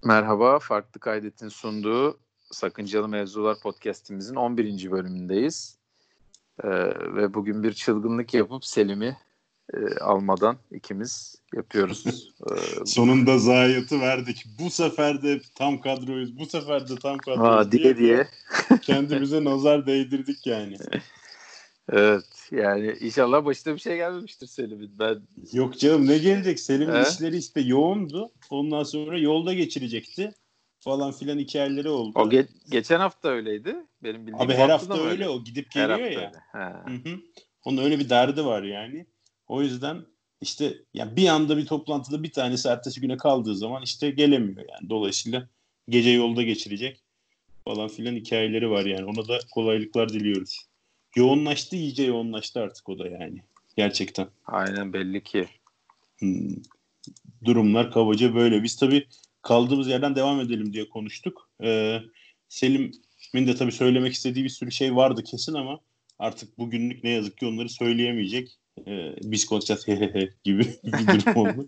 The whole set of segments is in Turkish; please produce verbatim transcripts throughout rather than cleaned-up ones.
Merhaba, Farklı Kaydet'in sunduğu Sakıncalı Mevzular podcast'imizin on birinci bölümündeyiz. Ee, ve bugün bir çılgınlık yapıp Selim'i e, almadan ikimiz yapıyoruz. Ee, Sonunda zayiatı verdik. Bu sefer de tam kadroyuz, bu sefer de tam kadroyuz aa, diye diye diye. diye kendimize nazar değdirdik yani. Evet, yani inşallah başına bir şey gelmemiştir Selim'in. Ben Yok canım, ne gelecek? Selim'in He? işleri işte yoğundu. Ondan sonra yolda geçirecekti falan filan hikayeleri O oldu. ge- geçen hafta öyleydi. Benim bildiğim Abi bu her hafta da hafta mı öyle, öyle? o gidip Her geliyor hafta ya. öyle. Ha. Hı hı. Onun öyle bir derdi var yani. O yüzden işte ya bir anda bir toplantıda bir tanesi ertesi güne kaldığı zaman işte gelemiyor yani. Dolayısıyla gece yolda geçirecek falan filan hikayeleri var yani. Ona da kolaylıklar diliyoruz. Yoğunlaştı, iyice yoğunlaştı artık o da yani. Gerçekten. Aynen, belli ki. Hmm. Durumlar kabaca böyle. Biz tabii kaldığımız yerden devam edelim diye konuştuk. Ee, Selim'in de tabii söylemek istediği bir sürü şey vardı kesin ama artık bugünlük ne yazık ki onları söyleyemeyecek. Ee, biz konuşacağız hehehe gibi bir durum oldu.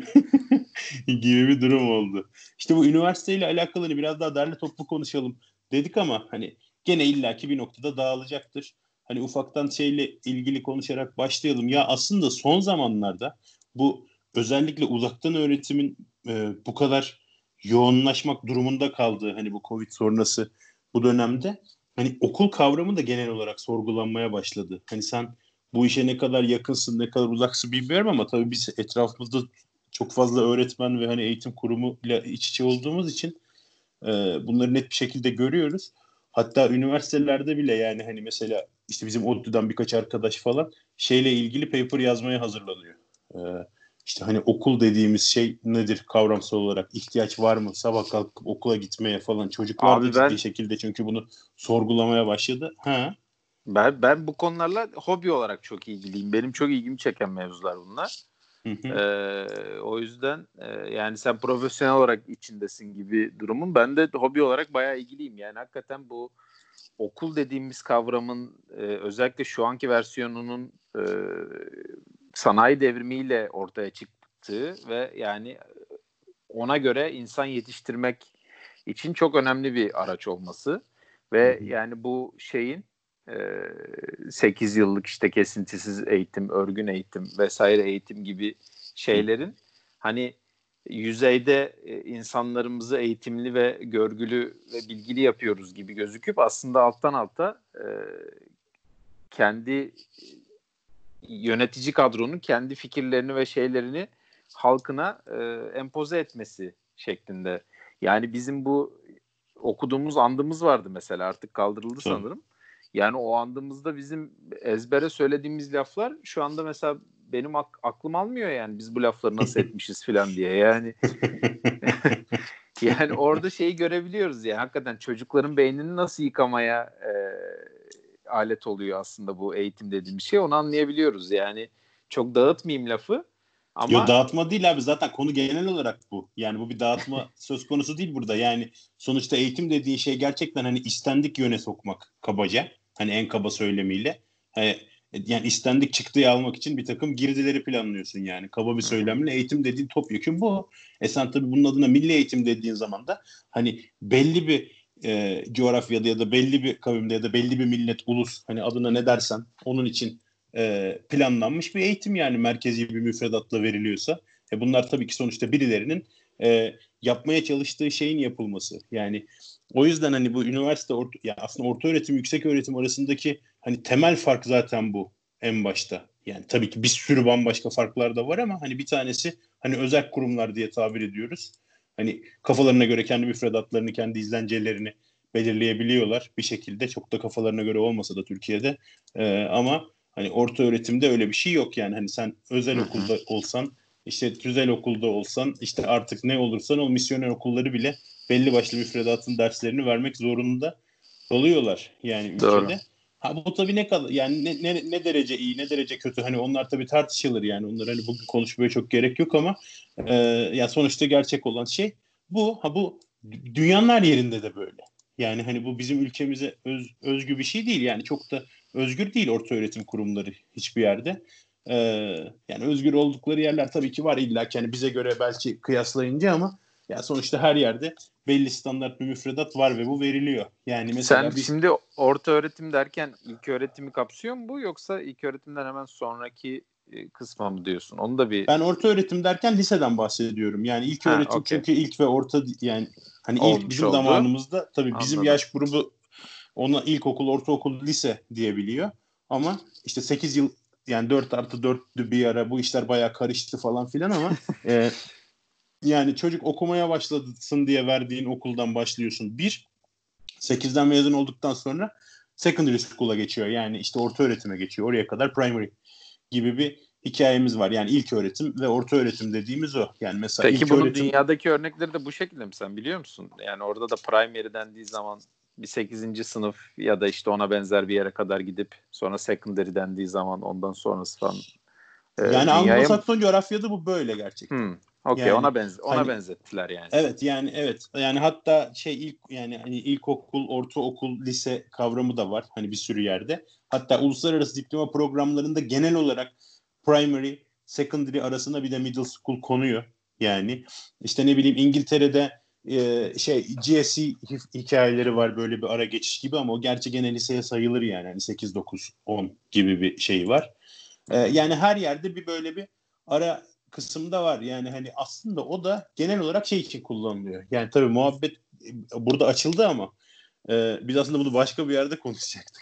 gibi bir durum oldu. İşte bu üniversiteyle alakalı hani biraz daha derli toplu konuşalım dedik ama hani gene illaki bir noktada dağılacaktır. Hani ufaktan şeyle ilgili konuşarak başlayalım. Ya aslında son zamanlarda bu özellikle uzaktan öğretimin e, bu kadar yoğunlaşmak durumunda kaldığı hani bu Covid sonrası bu dönemde hani okul kavramı da genel olarak sorgulanmaya başladı. Hani sen bu işe ne kadar yakınsın, ne kadar uzaksın bilmiyorum ama tabii biz etrafımızda çok fazla öğretmen ve hani eğitim kurumuyla iç içe olduğumuz için e, bunları net bir şekilde görüyoruz. Hatta üniversitelerde bile yani hani mesela işte bizim ODTÜ'den birkaç arkadaş falan şeyle ilgili paper yazmaya hazırlanıyor. E, işte hani okul dediğimiz şey nedir kavramsal olarak? İhtiyaç var mı? Sabah kalkıp okula gitmeye falan. Çocuklar da Abi ciddi ben şekilde çünkü bunu sorgulamaya başladı. Ha. Ben ben bu konularla hobi olarak çok ilgiliyim. Benim çok ilgimi çeken mevzular bunlar. Hı hı. Ee, o yüzden e, yani sen profesyonel olarak içindesin gibi durumun. Ben de hobi olarak bayağı ilgiliyim. Yani hakikaten bu okul dediğimiz kavramın e, özellikle şu anki versiyonunun e, sanayi devrimiyle ortaya çıktığı ve yani ona göre insan yetiştirmek için çok önemli bir araç olması Hı ve hı. yani bu şeyin e, sekiz yıllık işte kesintisiz eğitim, örgün eğitim vesaire eğitim gibi şeylerin hani yüzeyde e, insanlarımızı eğitimli ve görgülü ve bilgili yapıyoruz gibi gözüküp aslında alttan alta e, kendi yönetici kadronun kendi fikirlerini ve şeylerini halkına e, empoze etmesi şeklinde. Yani bizim bu okuduğumuz andımız vardı mesela, artık kaldırıldı Tabii. sanırım. Yani o andımızda bizim ezbere söylediğimiz laflar şu anda mesela benim ak- aklım almıyor yani biz bu lafları nasıl etmişiz falan diye. Yani yani orada şeyi görebiliyoruz yani hakikaten çocukların beynini nasıl yıkamaya e, alet oluyor aslında bu eğitim dediğimiz şey, onu anlayabiliyoruz. Yani çok dağıtmayayım lafı Yo, ama dağıtma değil abi, zaten konu genel olarak bu. Yani bu bir dağıtma söz konusu değil burada. Yani sonuçta eğitim dediğin şey gerçekten hani istendik yöne sokmak kabaca. Hani en kaba söylemiyle. Hani, yani istendik çıktığı almak için bir takım girdileri planlıyorsun yani. Kaba bir hı hı. söylemle eğitim dediğin topyekun bu. E sen tabii bunun adına milli eğitim dediğin zaman da hani belli bir e, coğrafyada ya da belli bir kavimde ya da belli bir millet, ulus, hani adına ne dersen onun için e, planlanmış bir eğitim yani merkezi bir müfredatla veriliyorsa. E bunlar tabii ki sonuçta birilerinin e, yapmaya çalıştığı şeyin yapılması. Yani o yüzden hani bu üniversite orta, yani aslında orta öğretim yüksek öğretim arasındaki hani temel fark zaten bu en başta. Yani tabii ki bir sürü bambaşka farklar da var ama hani bir tanesi hani özel kurumlar diye tabir ediyoruz. Hani kafalarına göre kendi müfredatlarını, kendi izlencelerini belirleyebiliyorlar bir şekilde. Çok da kafalarına göre olmasa da Türkiye'de. E, ama hani orta öğretimde öyle bir şey yok yani. Hani sen özel Hı hı. okulda olsan, işte tüzel okulda olsan, işte artık ne olursan o misyoner okulları bile belli başlı müfredatın derslerini vermek zorunda oluyorlar yani Doğru. ülkede. Ha bu tabii ne kadar yani ne, ne, ne derece iyi ne derece kötü, hani onlar tabii tartışılır yani, onlar hani bugün konuşmaya çok gerek yok ama e, ya sonuçta gerçek olan şey bu. Ha bu dünyanın her yerinde de böyle. Yani hani bu bizim ülkemize öz, özgü bir şey değil yani, çok da özgür değil orta öğretim kurumları hiçbir yerde. Ee, yani özgür oldukları yerler tabii ki var illa ki hani bize göre belki kıyaslayınca ama Ya sonuçta her yerde belli standart bir müfredat var ve bu veriliyor. Yani mesela Sen biz şimdi orta öğretim derken ilk öğretimi kapsıyor mu bu, yoksa ilk öğretimden hemen sonraki e, kısma mı diyorsun? Onu da bir ben orta öğretim derken liseden bahsediyorum. Yani ilk ha öğretim okey çünkü ilk ve orta yani hani ilk olmuş bizim oldu. zamanımızda tabii bizim Anladım. yaş grubu ona ilkokul, ortaokul, lise diyebiliyor. Ama işte sekiz yıl yani dört artı dörtlü bir ara bu işler bayağı karıştı falan filan ama e, yani çocuk okumaya başlasın diye verdiğin okuldan başlıyorsun. Bir, sekizden mezun olduktan sonra secondary school'a geçiyor. Yani işte orta öğretime geçiyor. Oraya kadar primary gibi bir hikayemiz var. Yani ilk öğretim ve orta öğretim dediğimiz o. Yani mesela Peki ilk bunun öğretim dünyadaki örnekleri de bu şekilde mi, sen biliyor musun? Yani orada da primary dendiği zaman bir sekizinci sınıf ya da işte ona benzer bir yere kadar gidip sonra secondary dendiği zaman ondan sonrası falan e, yani dünyaya mı? Anglo-Sakson coğrafyada bu böyle gerçekten. Hmm, okey, Yani ona benz ona hani benzettiler yani. evet yani evet yani hatta şey ilk yani hani ilkokul, ortaokul, lise kavramı da var hani bir sürü yerde. Hatta uluslararası diploma programlarında genel olarak primary, secondary arasında bir de middle school konuyor. Yani işte ne bileyim İngiltere'de e, şey G S E hikayeleri var böyle bir ara geçiş gibi ama o gerçi gene liseye sayılır yani hani sekiz dokuz on gibi bir şey var. Hı E, hı. yani her yerde bir böyle bir ara kısımda var. Yani hani aslında o da genel olarak şey için kullanılıyor. Yani tabii muhabbet e, burada açıldı ama e, biz aslında bunu başka bir yerde konuşacaktık.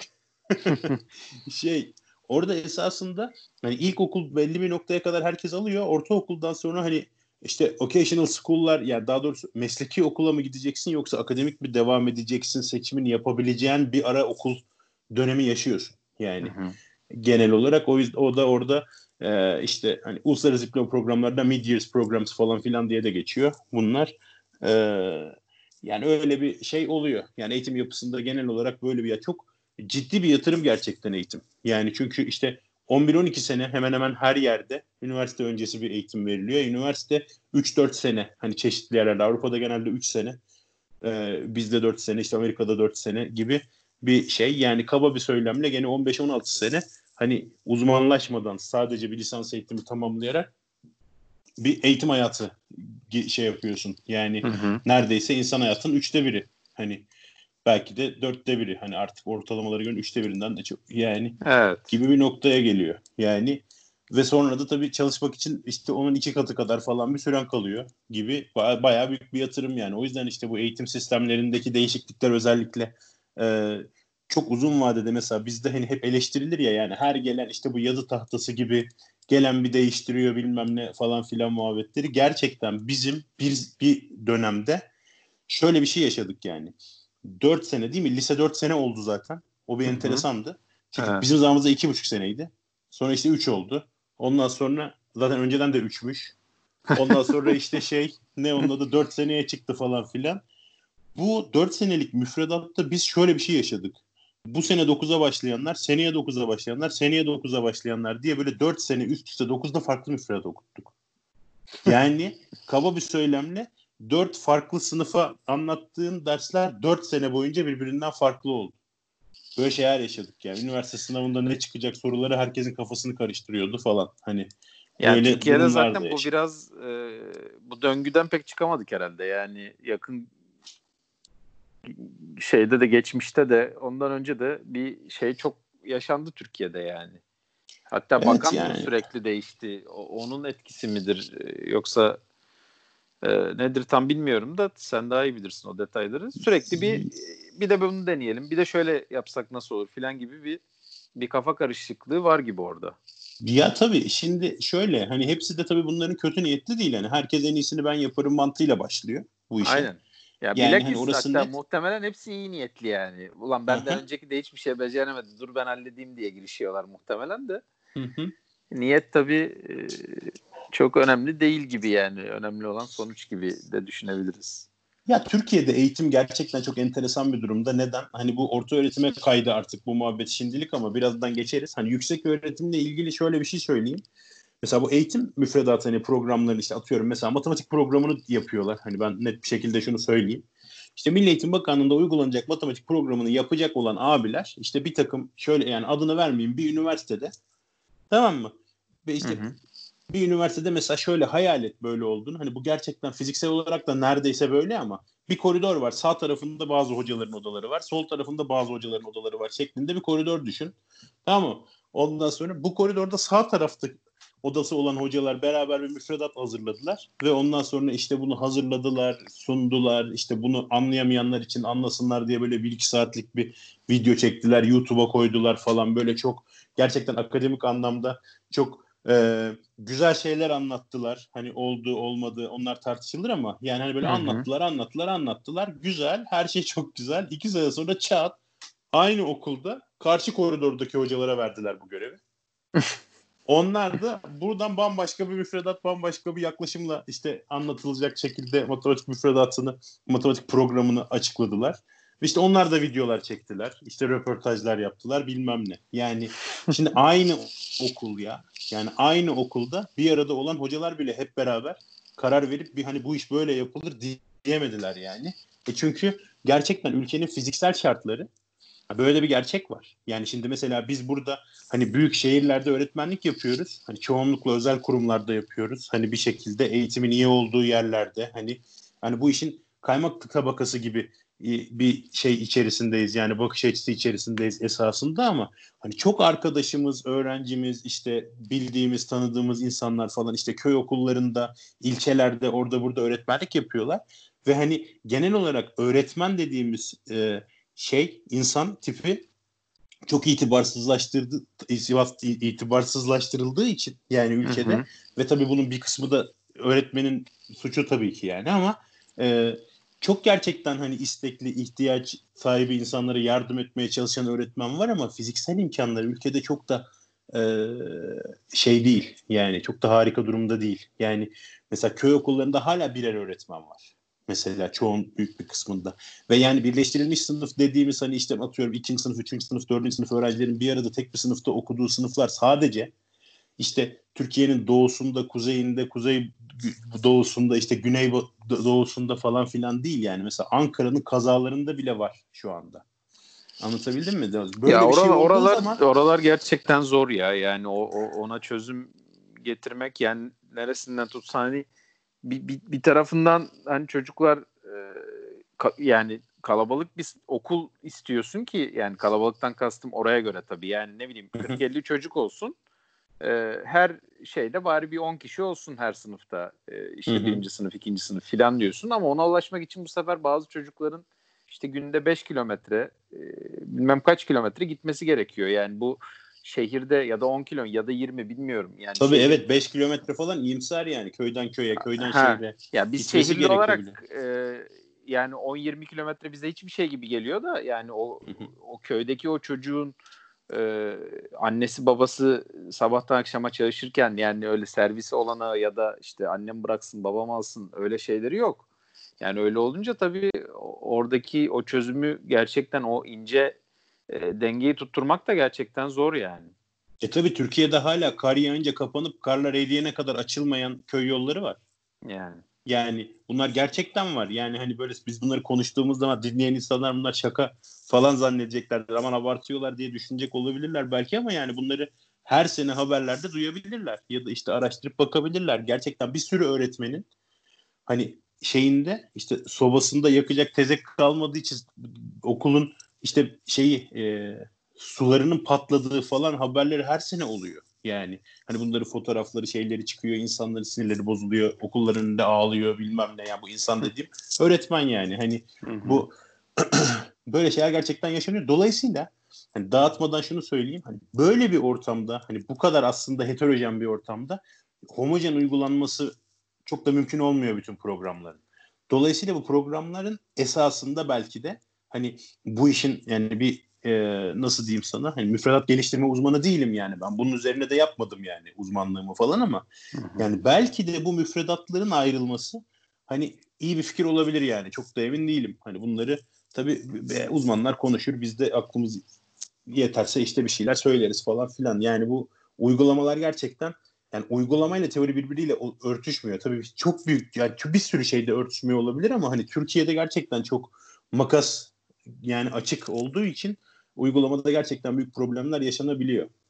Şey orada esasında hani ilkokul belli bir noktaya kadar herkes alıyor. Ortaokuldan sonra hani işte occasional school'lar yani daha doğrusu mesleki okula mı gideceksin yoksa akademik mi devam edeceksin seçimini yapabileceğin bir ara okul dönemi yaşıyorsun. Hı Yani hı. genel olarak o yüzden o da orada e, işte hani uluslararası diploma programlarda mid-years programs falan filan diye de geçiyor bunlar. E, yani öyle bir şey oluyor. Yani eğitim yapısında genel olarak böyle bir ya çok ciddi bir yatırım gerçekten eğitim. Yani çünkü işte on bir on iki sene hemen hemen her yerde üniversite öncesi bir eğitim veriliyor. Üniversite üç dört sene hani çeşitli yerlerde Avrupa'da genelde üç sene e, bizde dört sene işte Amerika'da dört sene gibi bir şey. Yani kaba bir söylemle gene on beş on altı sene hani uzmanlaşmadan sadece bir lisans eğitimi tamamlayarak bir eğitim hayatı şey yapıyorsun. Hı Yani hı. neredeyse insan hayatının üçte biri. Hani belki de dörtte biri. Hani artık ortalamalara göre üçte birinden de çok yani Evet. gibi bir noktaya geliyor. Yani ve sonra da tabii çalışmak için işte onun iki katı kadar falan bir süren kalıyor gibi baya, bayağı büyük bir yatırım yani. O yüzden işte bu eğitim sistemlerindeki değişiklikler özellikle e, çok uzun vadede mesela bizde hani hep eleştirilir ya yani her gelen işte bu yazı tahtası gibi gelen bir değiştiriyor bilmem ne falan filan muhabbetleri. Gerçekten bizim bir, bir dönemde şöyle bir şey yaşadık yani. Dört sene değil mi? Lise dört sene oldu zaten. O bir Hı hı. enteresandı. Çünkü Evet. bizim zamanımızda iki buçuk seneydi. Sonra işte üç oldu. Ondan sonra zaten önceden de üçmüş. Ondan sonra işte şey ne onun adı dört seneye çıktı falan filan. Bu dört senelik müfredatta biz şöyle bir şey yaşadık. Bu sene dokuza başlayanlar, seneye dokuza başlayanlar, seneye dokuza başlayanlar diye böyle dört sene üst üste dokuzda farklı müfredat okuttuk. Yani kaba bir söylemle dört farklı sınıfa anlattığın dersler dört sene boyunca birbirinden farklı oldu. Böyle şeyler yaşadık yani. Üniversite sınavında ne çıkacak soruları herkesin kafasını karıştırıyordu falan. Hani Yani öyle Türkiye'de durumlar da zaten bu yaşadık. biraz e, bu döngüden pek çıkamadık herhalde. Yani yakın şeyde de geçmişte de ondan önce de bir şey çok yaşandı Türkiye'de yani. Hatta Evet bakan da yani. sürekli değişti. O, onun etkisi midir e, yoksa e, nedir tam bilmiyorum da sen daha iyi bilirsin o detayları. Sürekli bir bir de bunu deneyelim. Bir de şöyle yapsak nasıl olur filan gibi bir bir kafa karışıklığı var gibi orada. Ya tabii şimdi şöyle hani hepsi de tabii bunların kötü niyetli değil. Yani herkes en iyisini ben yaparım mantığıyla başlıyor bu işe. Aynen. Ya Yani hani bilakis orası hatta net. muhtemelen hepsi iyi niyetli yani. Ulan Hı benden hı. önceki de hiçbir şey beceremedi. Dur ben halledeyim diye girişiyorlar muhtemelen de. Hı hı. Niyet tabii e, çok önemli değil gibi yani. Önemli olan sonuç gibi de düşünebiliriz. Ya Türkiye'de eğitim gerçekten çok enteresan bir durumda. Neden? Hani bu orta öğretime kaydı artık bu muhabbet şimdilik ama birazdan geçeriz. Hani yüksek öğretimle ilgili şöyle bir şey söyleyeyim. Mesela bu eğitim müfredatı hani programlarını işte atıyorum mesela matematik programını yapıyorlar. Hani ben net bir şekilde şunu söyleyeyim. İşte Milli Eğitim Bakanlığı'nda uygulanacak matematik programını yapacak olan abiler işte bir takım şöyle yani adını vermeyeyim bir üniversitede tamam mı? Ve Hı işte hı. bir üniversitede mesela şöyle hayal et böyle olduğunu. Hani bu gerçekten fiziksel olarak da neredeyse böyle ama bir koridor var. Sağ tarafında bazı hocaların odaları var. Sol tarafında bazı hocaların odaları var şeklinde bir koridor düşün. Tamam mı? Ondan sonra bu koridorda sağ tarafta odası olan hocalar beraber bir müfredat hazırladılar ve ondan sonra işte bunu hazırladılar, sundular. İşte bunu anlayamayanlar için anlasınlar diye böyle bir iki saatlik bir video çektiler, YouTube'a koydular falan. Böyle çok gerçekten akademik anlamda çok e, güzel şeyler anlattılar. Hani oldu olmadı onlar tartışılır ama yani hani böyle Hı hı. anlattılar, anlattılar, anlattılar. Güzel, her şey çok güzel. İki sene sonra çat aynı okulda karşı koridordaki hocalara verdiler bu görevi. Onlar da buradan bambaşka bir müfredat, bambaşka bir yaklaşımla işte anlatılacak şekilde matematik müfredatını, matematik programını açıkladılar. İşte onlar da videolar çektiler. İşte röportajlar yaptılar bilmem ne. Yani şimdi aynı okul ya. Yani aynı okulda bir arada olan hocalar bile hep beraber karar verip bir hani bu iş böyle yapılır diyemediler yani. E çünkü gerçekten ülkenin fiziksel şartları böyle bir gerçek var. Yani şimdi mesela biz burada hani büyük şehirlerde öğretmenlik yapıyoruz. Hani çoğunlukla özel kurumlarda yapıyoruz. Hani bir şekilde eğitimin iyi olduğu yerlerde hani hani bu işin kaymak tabakası gibi bir şey içerisindeyiz. Yani bakış açısı içerisindeyiz esasında ama hani çok arkadaşımız, öğrencimiz, işte bildiğimiz, tanıdığımız insanlar falan işte köy okullarında, ilçelerde orada burada öğretmenlik yapıyorlar ve hani genel olarak öğretmen dediğimiz e, şey insan tipi çok itibarsızlaştırdı itibarsızlaştırıldığı için yani Hı ülkede hı. ve tabii bunun bir kısmı da öğretmenin suçu tabii ki yani ama e, çok gerçekten hani istekli ihtiyaç sahibi insanlara yardım etmeye çalışan öğretmen var ama fiziksel imkanları ülkede çok da e, şey değil yani çok da harika durumda değil. Yani mesela köy okullarında hala birer öğretmen var. Mesela çoğun büyük bir kısmında. Ve yani birleştirilmiş sınıf dediğimiz hani işte atıyorum ikinci sınıf, üçüncü sınıf, dördüncü sınıf öğrencilerin bir arada tek bir sınıfta okuduğu sınıflar sadece işte Türkiye'nin doğusunda, kuzeyinde, kuzey doğusunda, işte güney doğusunda falan filan değil yani. Mesela Ankara'nın kazalarında bile var şu anda. Anlatabildim mi? Ya Böyle bir şey oralar, olduğu oralar, zaman oralar gerçekten zor ya. Yani o, o ona çözüm getirmek yani neresinden tutsan hani bir, bir, bir tarafından hani çocuklar e, ka- yani kalabalık bir okul istiyorsun ki yani kalabalıktan kastım oraya göre tabii yani ne bileyim kırk elli çocuk olsun. E, her şeyde bari bir on kişi olsun her sınıfta. E, işte birinci sınıf, ikinci sınıf filan diyorsun ama ona ulaşmak için bu sefer bazı çocukların işte günde beş kilometre e, bilmem kaç kilometre gitmesi gerekiyor. Yani bu şehirde ya da on kilo ya da yirmi bilmiyorum. Yani tabii şehir evet beş kilometre falan iyimser yani köyden köye, köyden ha şehre ya biz gitmesi şehirli gerekiyor bile. olarak e, yani on yirmi kilometre bize hiçbir şey gibi geliyor da yani o o köydeki o çocuğun e, annesi babası sabahtan akşama çalışırken yani öyle servisi olana ya da işte annem bıraksın babam alsın öyle şeyleri yok. Yani öyle olunca tabii oradaki o çözümü gerçekten o ince e, dengeyi tutturmak da gerçekten zor yani. E tabii Türkiye'de hala kar yağınca kapanıp karlar eriyene kadar açılmayan köy yolları var. Yani. Yani bunlar gerçekten var. Yani hani böyle biz bunları konuştuğumuz zaman dinleyen insanlar bunlar şaka falan zannedeceklerdir. Aman abartıyorlar diye düşünecek olabilirler belki ama yani bunları her sene haberlerde duyabilirler. Ya da işte araştırıp bakabilirler. Gerçekten bir sürü öğretmenin hani şeyinde işte sobasında yakacak tezek kalmadığı için okulun işte şeyi e, sularının patladığı falan haberleri her sene oluyor. Yani hani bunları fotoğrafları şeyleri çıkıyor insanların sinirleri bozuluyor okulların önünde ağlıyor bilmem ne ya bu insan dediğim öğretmen yani hani Hı hı. bu böyle şeyler gerçekten yaşanıyor. Dolayısıyla hani dağıtmadan şunu söyleyeyim hani böyle bir ortamda hani bu kadar aslında heterojen bir ortamda homojen uygulanması çok da mümkün olmuyor bütün programların. Dolayısıyla bu programların esasında belki de hani bu işin yani bir e, nasıl diyeyim sana hani müfredat geliştirme uzmanı değilim yani ben bunun üzerine de yapmadım yani uzmanlığımı falan ama Hı hı. yani belki de bu müfredatların ayrılması hani iyi bir fikir olabilir yani çok da emin değilim. Hani bunları tabii uzmanlar konuşur biz de aklımız yeterse işte bir şeyler söyleriz falan filan. Yani bu uygulamalar gerçekten yani uygulamayla teori birbiriyle örtüşmüyor. Tabii çok büyük yani bir sürü şeyde örtüşmüyor olabilir ama hani Türkiye'de gerçekten çok makas yani açık olduğu için uygulamada gerçekten büyük problemler yaşanabiliyor.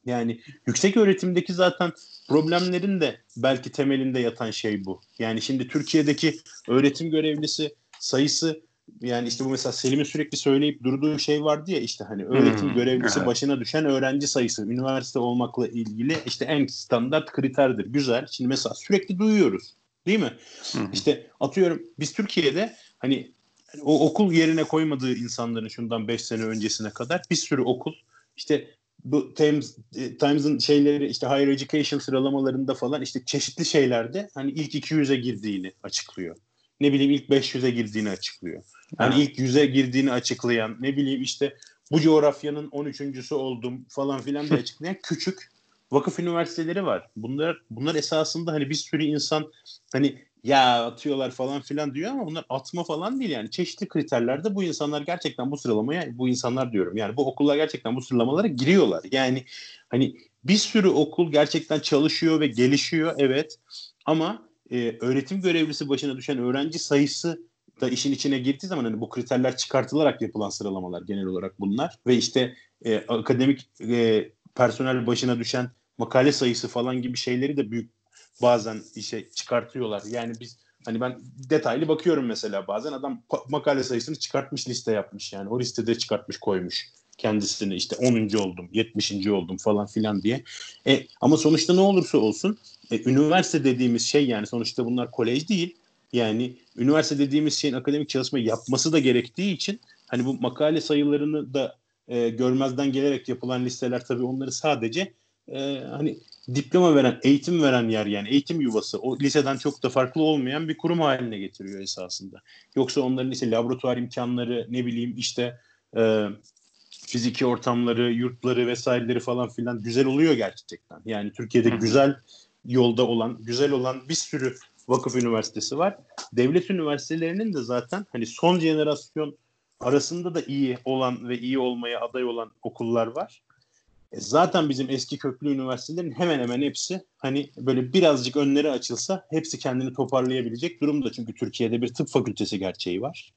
Yani yüksek öğretimdeki zaten problemlerin de belki temelinde yatan şey bu. Yani şimdi Türkiye'deki öğretim görevlisi sayısı, yani işte bu mesela Selim'in sürekli söyleyip durduğu şey vardı ya, işte hani öğretim Hmm, görevlisi evet. başına düşen öğrenci sayısı üniversite olmakla ilgili işte en standart kriterdir. Güzel. Şimdi mesela sürekli duyuyoruz. Değil mi? Hı hı. İşte atıyorum biz Türkiye'de hani o okul yerine koymadığı insanların şundan beş sene öncesine kadar bir sürü okul işte bu Times, Times'ın şeyleri işte higher education sıralamalarında falan işte çeşitli şeylerde hani ilk iki yüze girdiğini açıklıyor. Ne bileyim ilk beş yüze girdiğini açıklıyor. Hani Evet. ilk yüze girdiğini açıklayan, ne bileyim işte bu coğrafyanın on üçüncüsü oldum falan filan diye açıklayan küçük vakıf üniversiteleri var. Bunlar bunlar esasında hani bir sürü insan hani ya atıyorlar falan filan diyor ama bunlar atma falan değil yani. Çeşitli kriterlerde bu insanlar gerçekten bu sıralamaya, bu insanlar diyorum yani bu okullar gerçekten bu sıralamalara giriyorlar. Yani hani bir sürü okul gerçekten çalışıyor ve gelişiyor, evet, ama e, öğretim görevlisi başına düşen öğrenci sayısı da işin içine girdiği zaman hani bu kriterler çıkartılarak yapılan sıralamalar genel olarak bunlar ve işte e, akademik e, personel başına düşen makale sayısı falan gibi şeyleri de büyük bazen işe çıkartıyorlar. Yani biz hani ben detaylı bakıyorum mesela, bazen adam makale sayısını çıkartmış, liste yapmış yani o listede çıkartmış koymuş kendisini, işte onuncu oldum, yetmişinci oldum falan filan diye. E, ama sonuçta ne olursa olsun e, üniversite dediğimiz şey, yani sonuçta bunlar kolej değil. Yani üniversite dediğimiz şeyin akademik çalışma yapması da gerektiği için hani bu makale sayılarını da e, görmezden gelerek yapılan listeler tabii onları sadece e, hani diploma veren, eğitim veren yer, yani eğitim yuvası, o liseden çok da farklı olmayan bir kurum haline getiriyor esasında. Yoksa onların işte laboratuvar imkanları, ne bileyim işte e, fiziki ortamları, yurtları vesaireleri falan filan güzel oluyor gerçekten. Yani Türkiye'de Hı hı. güzel yolda olan, güzel olan bir sürü vakıf üniversitesi var. Devlet üniversitelerinin de zaten hani son jenerasyon arasında da iyi olan ve iyi olmaya aday olan okullar var. E zaten bizim eski köklü üniversitelerin hemen hemen hepsi hani böyle birazcık önleri açılsa hepsi kendini toparlayabilecek durumda. Çünkü Türkiye'de bir tıp fakültesi gerçeği var.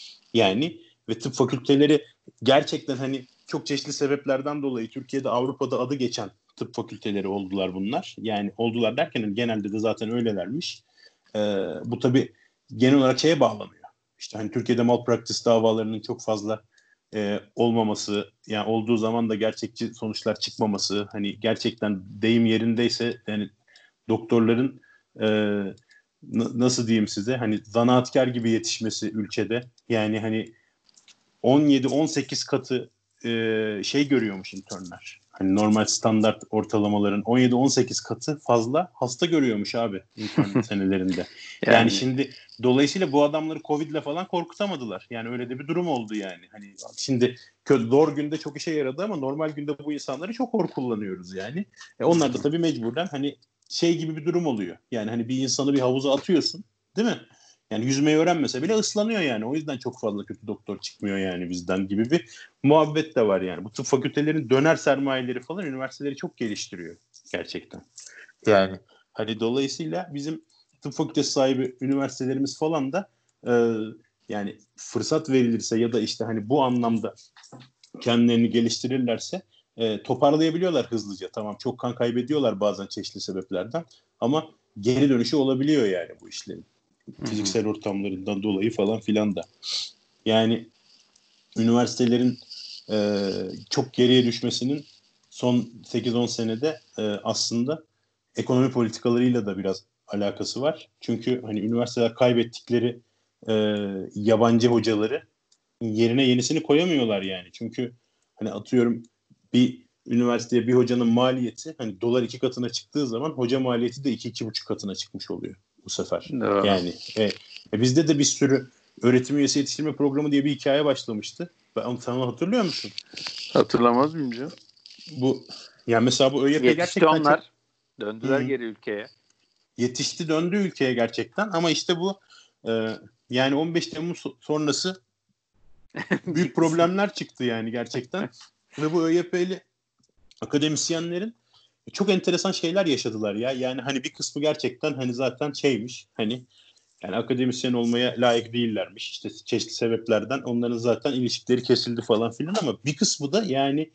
Yani ve tıp fakülteleri gerçekten hani çok çeşitli sebeplerden dolayı Türkiye'de, Avrupa'da adı geçen tıp fakülteleri oldular bunlar. Yani oldular derken hani genelde de zaten öylelermiş. Ee, bu tabii genel olarak şeye bağlanıyor. İşte hani Türkiye'de malpractice davalarının çok fazla e, olmaması, yani olduğu zaman da gerçekçi sonuçlar çıkmaması, hani gerçekten deyim yerindeyse yani doktorların e, n- nasıl diyeyim size, hani zanaatkar gibi yetişmesi ülkede, yani hani on yedi on sekiz katı e, şey görüyormuş internler. Hani normal standart ortalamaların on yedi on sekiz katı fazla hasta görüyormuş abi intern senelerinde. Yani Yani şimdi dolayısıyla bu adamları Covid'le falan korkutamadılar. Yani öyle de bir durum oldu yani. Hani şimdi kö- zor günde çok işe yaradı ama normal günde bu insanları çok hor kullanıyoruz yani. E onlar da tabii mecburen hani şey gibi bir durum oluyor. Yani hani bir insanı bir havuza atıyorsun, değil mi? Yani yüzmeyi öğrenmese bile ıslanıyor yani. O yüzden çok fazla kötü doktor çıkmıyor yani bizden gibi bir muhabbet de var yani. Bu tıp fakültelerinin döner sermayeleri falan üniversiteleri çok geliştiriyor gerçekten. Yani hani dolayısıyla bizim tıp fakültesi sahibi üniversitelerimiz falan da e, yani fırsat verilirse ya da işte hani bu anlamda kendilerini geliştirirlerse e, toparlayabiliyorlar hızlıca. Tamam, çok kan kaybediyorlar bazen çeşitli sebeplerden ama geri dönüşü olabiliyor yani bu işlerin. hı hı. Fiziksel ortamlarından dolayı falan filan da. Yani üniversitelerin e, çok geriye düşmesinin son sekiz on senede e, aslında ekonomi politikalarıyla da biraz alakası var. Çünkü hani üniversiteler kaybettikleri e, yabancı hocaları yerine yenisini koyamıyorlar yani. Çünkü hani atıyorum bir üniversiteye bir hocanın maliyeti hani dolar iki katına çıktığı zaman hoca maliyeti de iki iki buçuk katına çıkmış oluyor bu sefer. Doğru. Yani e, e, bizde de bir sürü öğretim üyesi yetiştirme programı diye bir hikaye başlamıştı. Ben onu, sen onu hatırlıyor musun? Hatırlamaz mıyım canım? Bu yani mesela bu ÖYP Yetişti gerçekten çok onlar. Döndüler hı, geri ülkeye. yetişti döndü ülkeye gerçekten ama işte bu e, yani on beş Temmuz sonrası büyük Bir kısmı. problemler çıktı yani gerçekten. Ve bu ÖYP'li akademisyenlerin çok enteresan şeyler yaşadılar ya. Yani hani bir kısmı gerçekten hani zaten şeymiş, hani yani akademisyen olmaya layık değillermiş. İşte çeşitli sebeplerden onların zaten ilişkileri kesildi falan filan ama bir kısmı da yani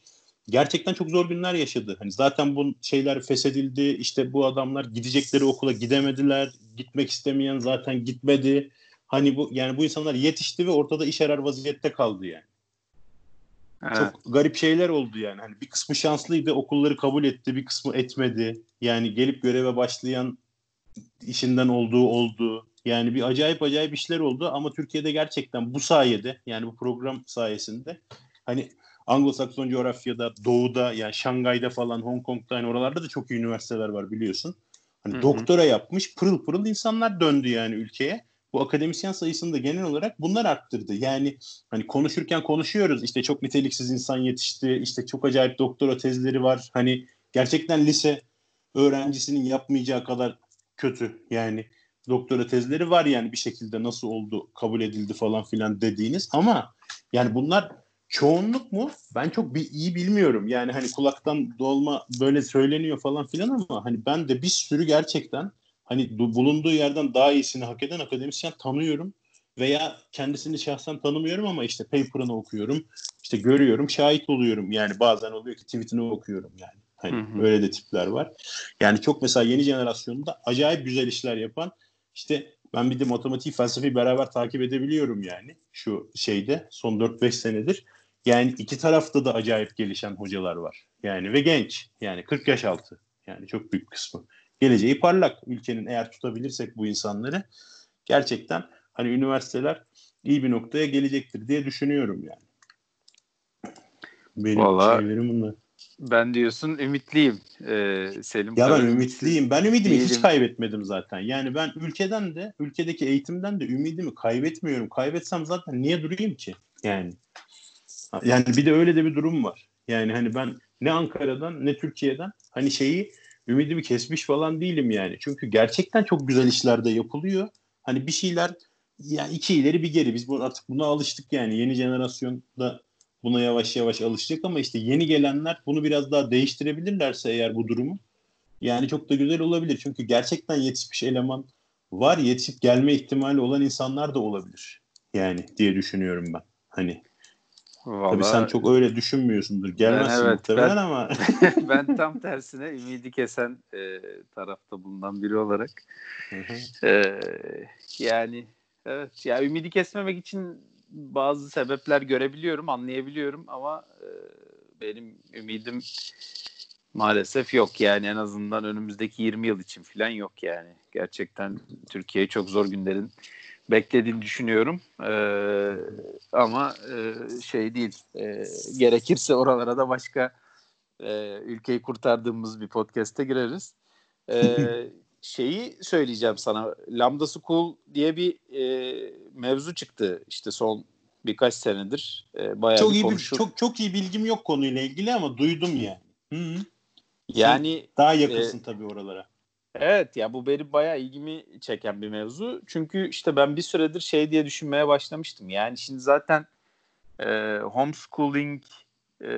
gerçekten çok zor günler yaşadı. Hani zaten bu şeyler feshedildi. İşte bu adamlar gidecekleri okula gidemediler. Gitmek istemeyen zaten gitmedi. Hani bu yani bu insanlar yetişti ve ortada iş arar vaziyette kaldı yani. Evet. Çok garip şeyler oldu yani. Hani bir kısmı şanslıydı, okulları kabul etti, bir kısmı etmedi. Yani gelip göreve başlayan işinden olduğu oldu. Yani bir acayip acayip işler oldu ama Türkiye'de gerçekten bu sayede yani bu program sayesinde hani Anglo-Sakson coğrafyada, Doğu'da yani Şangay'da falan, Hong Kong'da yani oralarda da çok iyi üniversiteler var biliyorsun. Hani Hı hı. doktora yapmış pırıl pırıl insanlar döndü yani ülkeye. Bu akademisyen sayısını da genel olarak bunlar arttırdı. Yani hani konuşurken konuşuyoruz işte çok niteliksiz insan yetişti, işte çok acayip doktora tezleri var. Hani gerçekten lise öğrencisinin yapmayacağı kadar kötü. Yani doktora tezleri var yani bir şekilde nasıl oldu, kabul edildi falan filan dediğiniz ama yani bunlar çoğunluk mu? Ben çok bir iyi bilmiyorum. Yani hani kulaktan dolma böyle söyleniyor falan filan ama hani ben de bir sürü gerçekten hani bulunduğu yerden daha iyisini hak eden akademisyen tanıyorum veya kendisini şahsen tanımıyorum ama işte paper'ını okuyorum, işte görüyorum, şahit oluyorum. Yani bazen oluyor ki tweetini okuyorum yani. Hı Hani hı. öyle de tipler var. Yani çok mesela yeni jenerasyonda acayip güzel işler yapan işte ben bir de matematik felsefi beraber takip edebiliyorum yani şu şeyde son dört beş senedir. Yani iki tarafta da acayip gelişen hocalar var. Yani ve genç. Yani kırk yaş altı. Yani çok büyük kısmı. Geleceği parlak ülkenin eğer tutabilirsek bu insanları gerçekten hani üniversiteler iyi bir noktaya gelecektir diye düşünüyorum yani. Benim Valla şeylerim bunlar. ben diyorsun ümitliyim. Ee, Selim Ya ben kadar ümitsiz ümitliyim. Ben ümidimi hiç değilim. kaybetmedim zaten. Yani ben ülkeden de, ülkedeki eğitimden de ümidimi kaybetmiyorum. Kaybetsem zaten niye durayım ki? Yani yani bir de öyle de bir durum var. Yani hani ben ne Ankara'dan ne Türkiye'den hani şeyi ümidimi kesmiş falan değilim yani. Çünkü gerçekten çok güzel işler de yapılıyor. Hani bir şeyler yani iki ileri bir geri. Biz bu, artık buna alıştık yani. Yeni jenerasyonda buna yavaş yavaş alışacak ama işte yeni gelenler bunu biraz daha değiştirebilirlerse eğer bu durumu yani çok da güzel olabilir. Çünkü gerçekten yetişmiş eleman var. Yetişip gelme ihtimali olan insanlar da olabilir. Yani diye düşünüyorum ben. Hani tabii sen Valla çok öyle düşünmüyorsundur. ben Gelmezsin evet muhtemelen ben ama ben tam tersine ümidi kesen e, tarafta bulunan biri olarak Hı hı. e, yani evet ya ümidi kesmemek için bazı sebepler görebiliyorum, anlayabiliyorum ama e, benim ümidim maalesef yok yani en azından önümüzdeki yirmi yıl için falan yok yani. Gerçekten Türkiye çok zor günlerin beklediğini düşünüyorum. Ee, ama e, şey değil. E, gerekirse oralara da başka e, ülkeyi kurtardığımız bir podcast'e gireriz. Ee, şeyi söyleyeceğim sana. Lambda School diye bir e, mevzu çıktı işte son birkaç senedir. E, bayağı Çok bir iyi bir konuşul. çok çok iyi bilgim yok konuyla ilgili ama duydum yani. Hı hı. Sen Yani daha e, yakınsın tabii oralara. evet ya bu benim bayağı ilgimi çeken bir mevzu. Çünkü işte ben bir süredir şey diye düşünmeye başlamıştım. Yani şimdi zaten e, homeschooling e,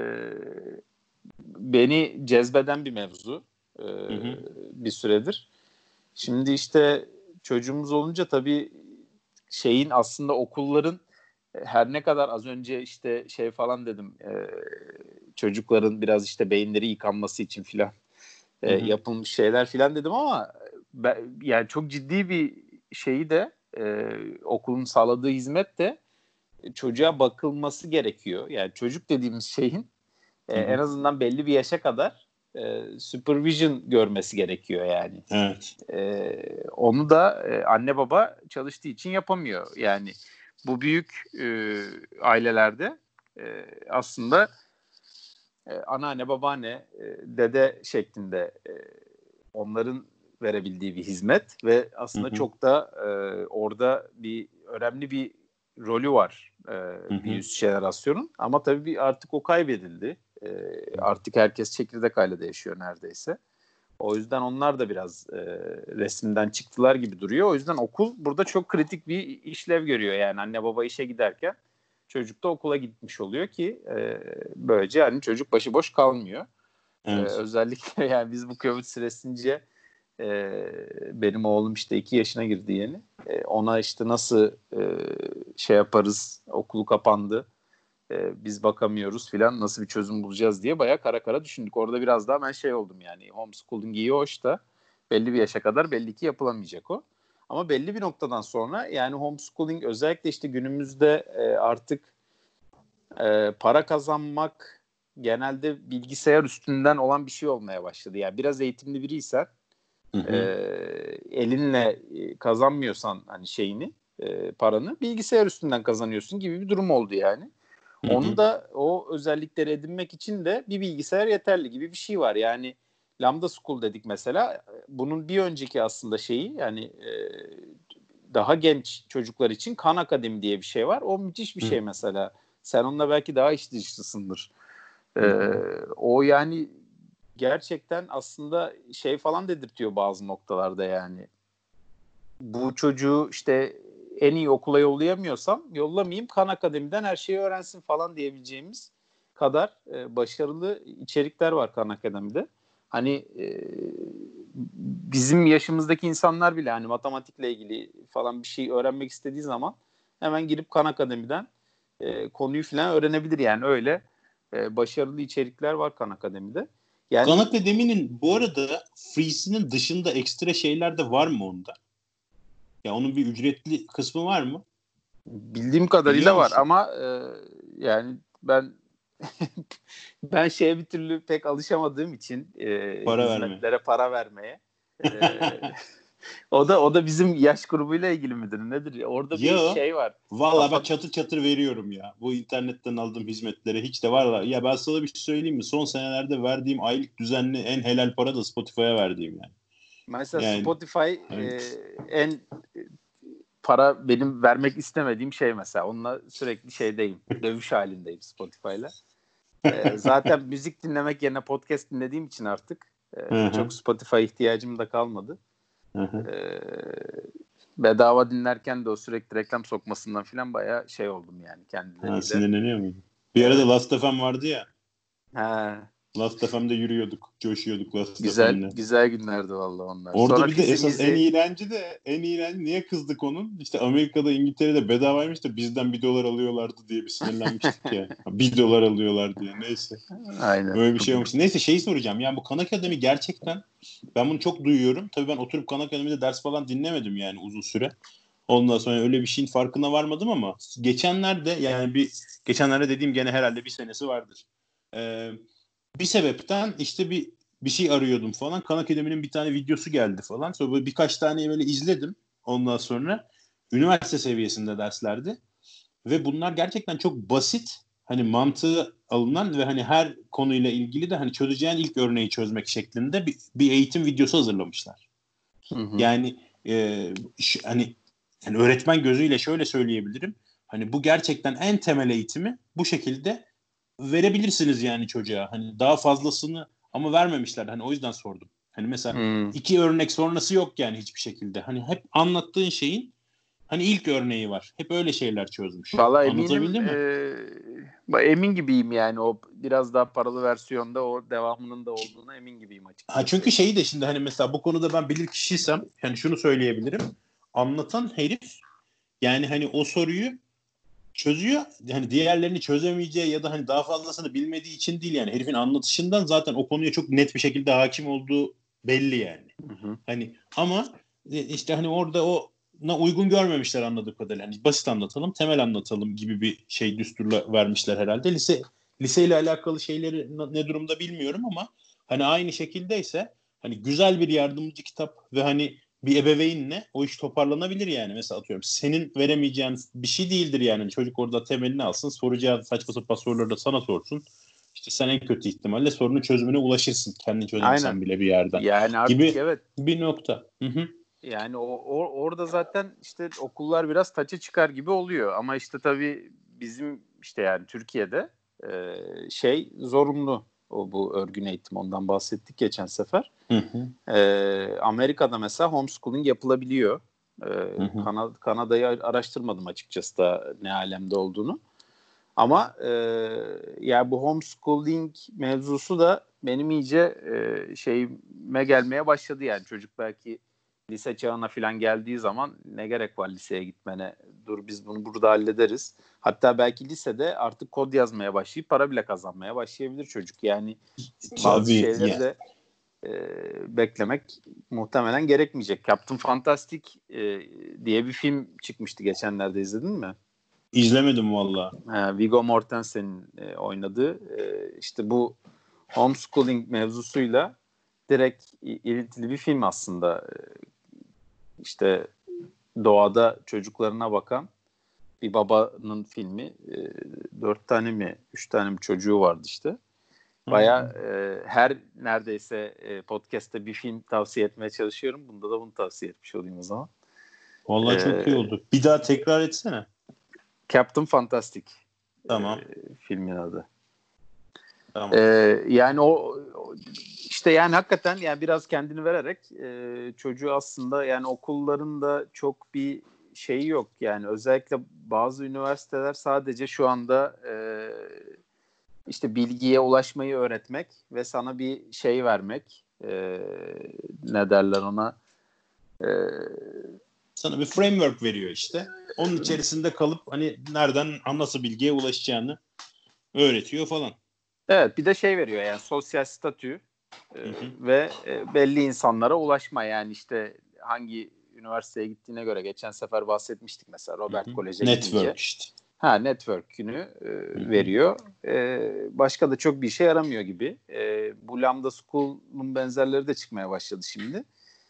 beni cezbeden bir mevzu e, Hı hı. bir süredir. Şimdi işte çocuğumuz olunca tabii şeyin aslında okulların her ne kadar az önce işte şey falan dedim e, çocukların biraz işte beyinleri yıkanması için filan Hı e, hı. yapılmış şeyler filan dedim ama ben, yani çok ciddi bir şeyi de e, okulun sağladığı hizmet de çocuğa bakılması gerekiyor. Yani çocuk dediğimiz şeyin e, Hı en hı. azından belli bir yaşa kadar e, supervision görmesi gerekiyor yani. Evet. E, onu da e, anne baba çalıştığı için yapamıyor. Yani bu büyük e, ailelerde e, aslında e, anneanne, babaanne, e, dede şeklinde e, onların verebildiği bir hizmet ve Hı aslında hı. çok da e, orada bir önemli bir rolü var e, Hı bir hı. üst jenerasyonun ama tabii bir artık o kaybedildi. E, artık herkes çekirdek ailede yaşıyor neredeyse. O yüzden onlar da biraz e, resimden çıktılar gibi duruyor. O yüzden okul burada çok kritik bir işlev görüyor. Yani anne baba işe giderken çocuk da okula gitmiş oluyor ki e, böylece hani çocuk başıboş kalmıyor. E, Evet. özellikle yani biz bu Covid süresince e, benim oğlum işte iki yaşına girdi yeni. E, ona işte nasıl e, şey yaparız okulu kapandı. e, biz bakamıyoruz filan, nasıl bir çözüm bulacağız diye bayağı kara kara düşündük. Orada biraz daha ben şey oldum yani, homeschooling iyi hoş da belli bir yaşa kadar belli ki yapılamayacak o. Ama belli bir noktadan sonra yani homeschooling özellikle işte günümüzde e, artık e, para kazanmak genelde bilgisayar üstünden olan bir şey olmaya başladı. Yani biraz eğitimli biriysen Hı hı. e, elinle kazanmıyorsan hani şeyini e, paranı bilgisayar üstünden kazanıyorsun gibi bir durum oldu yani. Hı Onu hı. da o özellikleri edinmek için de bir bilgisayar yeterli gibi bir şey var. Yani Lambda School dedik mesela. Bunun bir önceki aslında şeyi yani e, daha genç çocuklar için Khan Akademi diye bir şey var. O müthiş bir Hı. şey mesela. Sen onunla belki daha iç dışısındır. Hı Ee, hı. o yani gerçekten aslında şey falan dedirtiyor bazı noktalarda yani. Bu çocuğu işte en iyi okula yollayamıyorsam yollamayayım, Khan Akademi'den her şeyi öğrensin falan diyebileceğimiz kadar e, başarılı içerikler var Khan Akademi'de. Hani e, bizim yaşımızdaki insanlar bile hani matematikle ilgili falan bir şey öğrenmek istediği zaman hemen girip Khan Akademi'den e, konuyu falan öğrenebilir yani, öyle e, başarılı içerikler var Khan Akademi'de. Khan Yani Akademi'nin bu arada free'sinin dışında ekstra şeyler de var mı onda? Ya onun bir ücretli kısmı var mı? bildiğim Biliyor kadarıyla var musun? ama e, yani ben ben şeye bir türlü pek alışamadığım için e, Para verme. hizmetlere para vermeye. E, o da o da bizim yaş grubuyla ilgili midir nedir? Orada bir Ya şey var. vallahi ben Kafa çatır çatır veriyorum ya. Bu internetten aldığım hizmetlere hiç de var. Ya ben sana bir şey söyleyeyim mi? Son senelerde verdiğim aylık düzenli en helal para da Spotify'a verdiğim yani. mesela Yani Spotify e, hani, en para benim vermek istemediğim şey mesela. Onunla sürekli şeydeyim. Dövüş halindeyim Spotify'la. E, zaten müzik dinlemek yerine podcast dinlediğim için artık hı e, çok hı, Spotify ihtiyacım da kalmadı. hı hı. E, bedava dinlerken de o sürekli reklam sokmasından falan bayağı şey oldum yani Ha, kendileriyle. sinirleniyor muydun? Bir arada Evet. Last F M vardı ya. Ha, Last F M'de yürüyorduk, coşuyorduk Last güzel F M'le. güzel günlerdi vallahi onlar. Orada Sonra bir de esas en fizimizi iğrenci de en iğrenci niye kızdık onun? İşte Amerika'da İngiltere'de bedavaymış da bizden bir dolar alıyorlardı diye bir sinirlenmiştik ya. Bir dolar alıyorlar diye neyse. aynen. Öyle bir şey olmuş. Neyse şeyi soracağım. Yani bu Khan Akademi gerçekten ben bunu çok duyuyorum. Tabii ben oturup Khan Akademi'de ders falan dinlemedim yani uzun süre. Ondan sonra öyle bir şeyin farkına varmadım ama geçenlerde yani bir geçenlerde dediğim gene herhalde bir senesi vardır. Ee, bir sebepten işte bir bir şey arıyordum falan. Khan Akademi'nin bir tane videosu geldi falan. Sonra böyle birkaç tane böyle izledim. Ondan sonra üniversite seviyesinde derslerdi. Ve bunlar gerçekten çok basit, hani mantığı alınan ve hani her konuyla ilgili de hani çözeceğin ilk örneği çözmek şeklinde bir, bir eğitim videosu hazırlamışlar. Hı hı. Yani e, şu, hani yani öğretmen gözüyle şöyle söyleyebilirim. Hani bu gerçekten en temel eğitimi bu şekilde verebilirsiniz yani çocuğa. Hani daha fazlasını ama vermemişler. Hani o yüzden sordum. Hani mesela Hmm. iki örnek sonrası yok yani hiçbir şekilde. Hani hep anlattığın şeyin hani ilk örneği var. Hep öyle şeyler çözmüş. Valla eminim Anlatabildim mi? e, emin gibiyim yani, o biraz daha paralı versiyonda o devamının da olduğuna emin gibiyim Ha açıkçası. çünkü şeyi de şimdi hani mesela bu konuda ben bilir kişiysem yani şunu söyleyebilirim. Anlatan herif yani hani o soruyu çözüyor. Hani diğerlerini çözemeyeceği ya da hani daha fazlasını bilmediği için değil yani. Herifin anlatışından zaten o konuya çok net bir şekilde hakim olduğu belli yani. Hı hı. Hani ama işte hani orada o na uygun görmemişler anladığım kadarıyla. Hani basit anlatalım, temel anlatalım gibi bir şey düsturla vermişler herhalde. Lise liseyle alakalı şeyleri ne durumda bilmiyorum ama hani aynı şekildeyse hani güzel bir yardımcı kitap ve hani bir ebeveynle o iş toparlanabilir yani. Mesela atıyorum senin veremeyeceğin bir şey değildir yani. Çocuk orada temelini alsın, soracağı saçma sapan soruları da sana sorsun. İşte sen en kötü ihtimalle sorunun çözümüne ulaşırsın. Kendin çözemesen Aynen. bile bir yerden. Yani artık Gibi evet. bir nokta. Hı hı. Yani o, o- orada zaten işte okullar biraz taça çıkar gibi oluyor. Ama işte tabii bizim işte yani Türkiye'de e, şey zorunlu, o bu örgün eğitim, ondan bahsettik geçen sefer. Hı hı. E, Amerika'da mesela homeschooling yapılabiliyor. E, Hı hı. Kana- Kanada'yı araştırmadım açıkçası da ne alemde olduğunu. Ama e, ya bu homeschooling mevzusu da benim iyice e, şeyime gelmeye başladı yani. Çocuk belki lise çağına falan geldiği zaman ne gerek var liseye gitmene dur biz bunu burada hallederiz. Hatta belki lisede artık kod yazmaya başlayıp para bile kazanmaya başlayabilir çocuk. Yani bazı Tabii şeyleri ya. de e, beklemek muhtemelen gerekmeyecek. Captain Fantastic e, diye bir film çıkmıştı geçenlerde, izledin mi? İzlemedim valla. Ha, Viggo Mortensen'in e, oynadığı e, işte bu homeschooling mevzusuyla direkt ilintili bir film aslında. E, işte doğada çocuklarına bakan bir babanın filmi. E, dört tane mi, üç tane mi çocuğu vardı işte. Baya e, her neredeyse e, podcast'te bir film tavsiye etmeye çalışıyorum. Bunda da bunu tavsiye etmiş olayım o zaman. Valla Ee, çok iyi oldu. Bir daha tekrar etsene. Captain Fantastic Tamam. e, filmin adı. Tamam. Ee, yani o, o işte yani hakikaten yani biraz kendini vererek e, çocuğu aslında yani okulların da çok bir şeyi yok. Yani özellikle bazı üniversiteler sadece şu anda e, işte bilgiye ulaşmayı öğretmek ve sana bir şey vermek, e, ne derler ona, e, Sana bir framework veriyor işte. Onun içerisinde kalıp hani nereden nasıl bilgiye ulaşacağını öğretiyor falan. evet, bir de şey veriyor yani sosyal statü e, Hı hı. ve e, belli insanlara ulaşma, yani işte hangi üniversiteye gittiğine göre geçen sefer bahsetmiştik mesela Robert Hı hı. Kolej'e gidince. Network işte. Ha, network'ünü e, Hı hı. veriyor. E, başka da çok bir işe yaramıyor gibi. E, bu Lambda School'un benzerleri de çıkmaya başladı şimdi.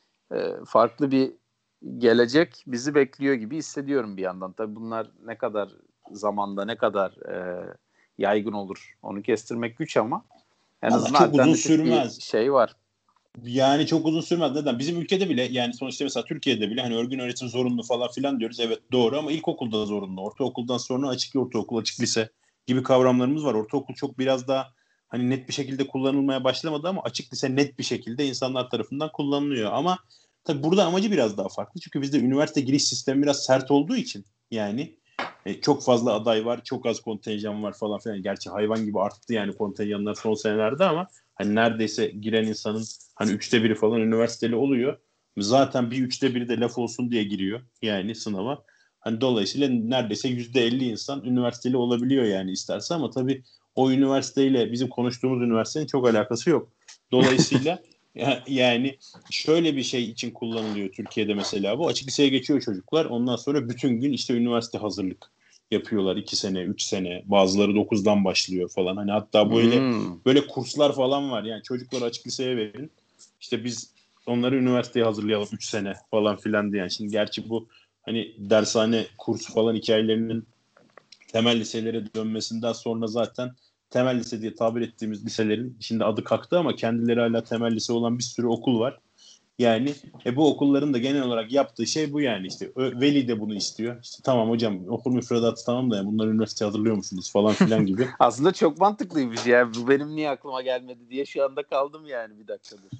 E, farklı bir gelecek bizi bekliyor gibi hissediyorum bir yandan. Tabii bunlar ne kadar zamanda, ne kadar e, yaygın olur onu kestirmek güç ama en Valla azından çok uzun alternatif bir sürmez. şey var. Yani çok uzun sürmez. Neden? Bizim ülkede bile yani sonuçta mesela Türkiye'de bile hani örgün öğretim zorunlu falan filan diyoruz. Evet doğru ama ilkokulda zorunlu. Ortaokuldan sonra açık ortaokul, açık lise gibi kavramlarımız var. Ortaokul çok biraz daha hani net bir şekilde kullanılmaya başlamadı ama açık lise net bir şekilde insanlar tarafından kullanılıyor. Ama tabii burada amacı biraz daha farklı. Çünkü bizde üniversite giriş sistemi biraz sert olduğu için yani e, çok fazla aday var, çok az kontenjan var falan filan. Gerçi hayvan gibi arttı yani kontenjanlar son senelerde ama hani neredeyse giren insanın hani üçte biri falan üniversiteli oluyor. Zaten bir üçte biri de laf olsun diye giriyor yani sınava. Hani dolayısıyla neredeyse yüzde elli insan üniversiteli olabiliyor yani isterse ama tabii o üniversiteyle bizim konuştuğumuz üniversitenin çok alakası yok. Dolayısıyla yani şöyle bir şey için kullanılıyor Türkiye'de mesela bu. Açık liseye geçiyor çocuklar. Ondan sonra bütün gün işte üniversite hazırlık yapıyorlar. iki sene, üç sene. Bazıları dokuzdan başlıyor falan. Hani hatta böyle Hmm. böyle kurslar falan var. Yani çocukları açık liseye verin. İşte biz onları üniversiteye hazırlayalım üç sene falan filan diye. Yani şimdi gerçi bu hani dershane kursu falan hikayelerinin temel liselere dönmesinden sonra zaten temel lise diye tabir ettiğimiz liselerin şimdi adı kalktı ama kendileri hala temel lise olan bir sürü okul var. Yani e, bu okulların da genel olarak yaptığı şey bu yani işte Ö- veli de bunu istiyor. İşte tamam hocam okul müfredatı tamam da yani bunları üniversiteye hazırlıyor musunuz falan filan gibi. Aslında çok mantıklıymış ya. Bu benim niye aklıma gelmedi diye şu anda kaldım yani bir dakikadır.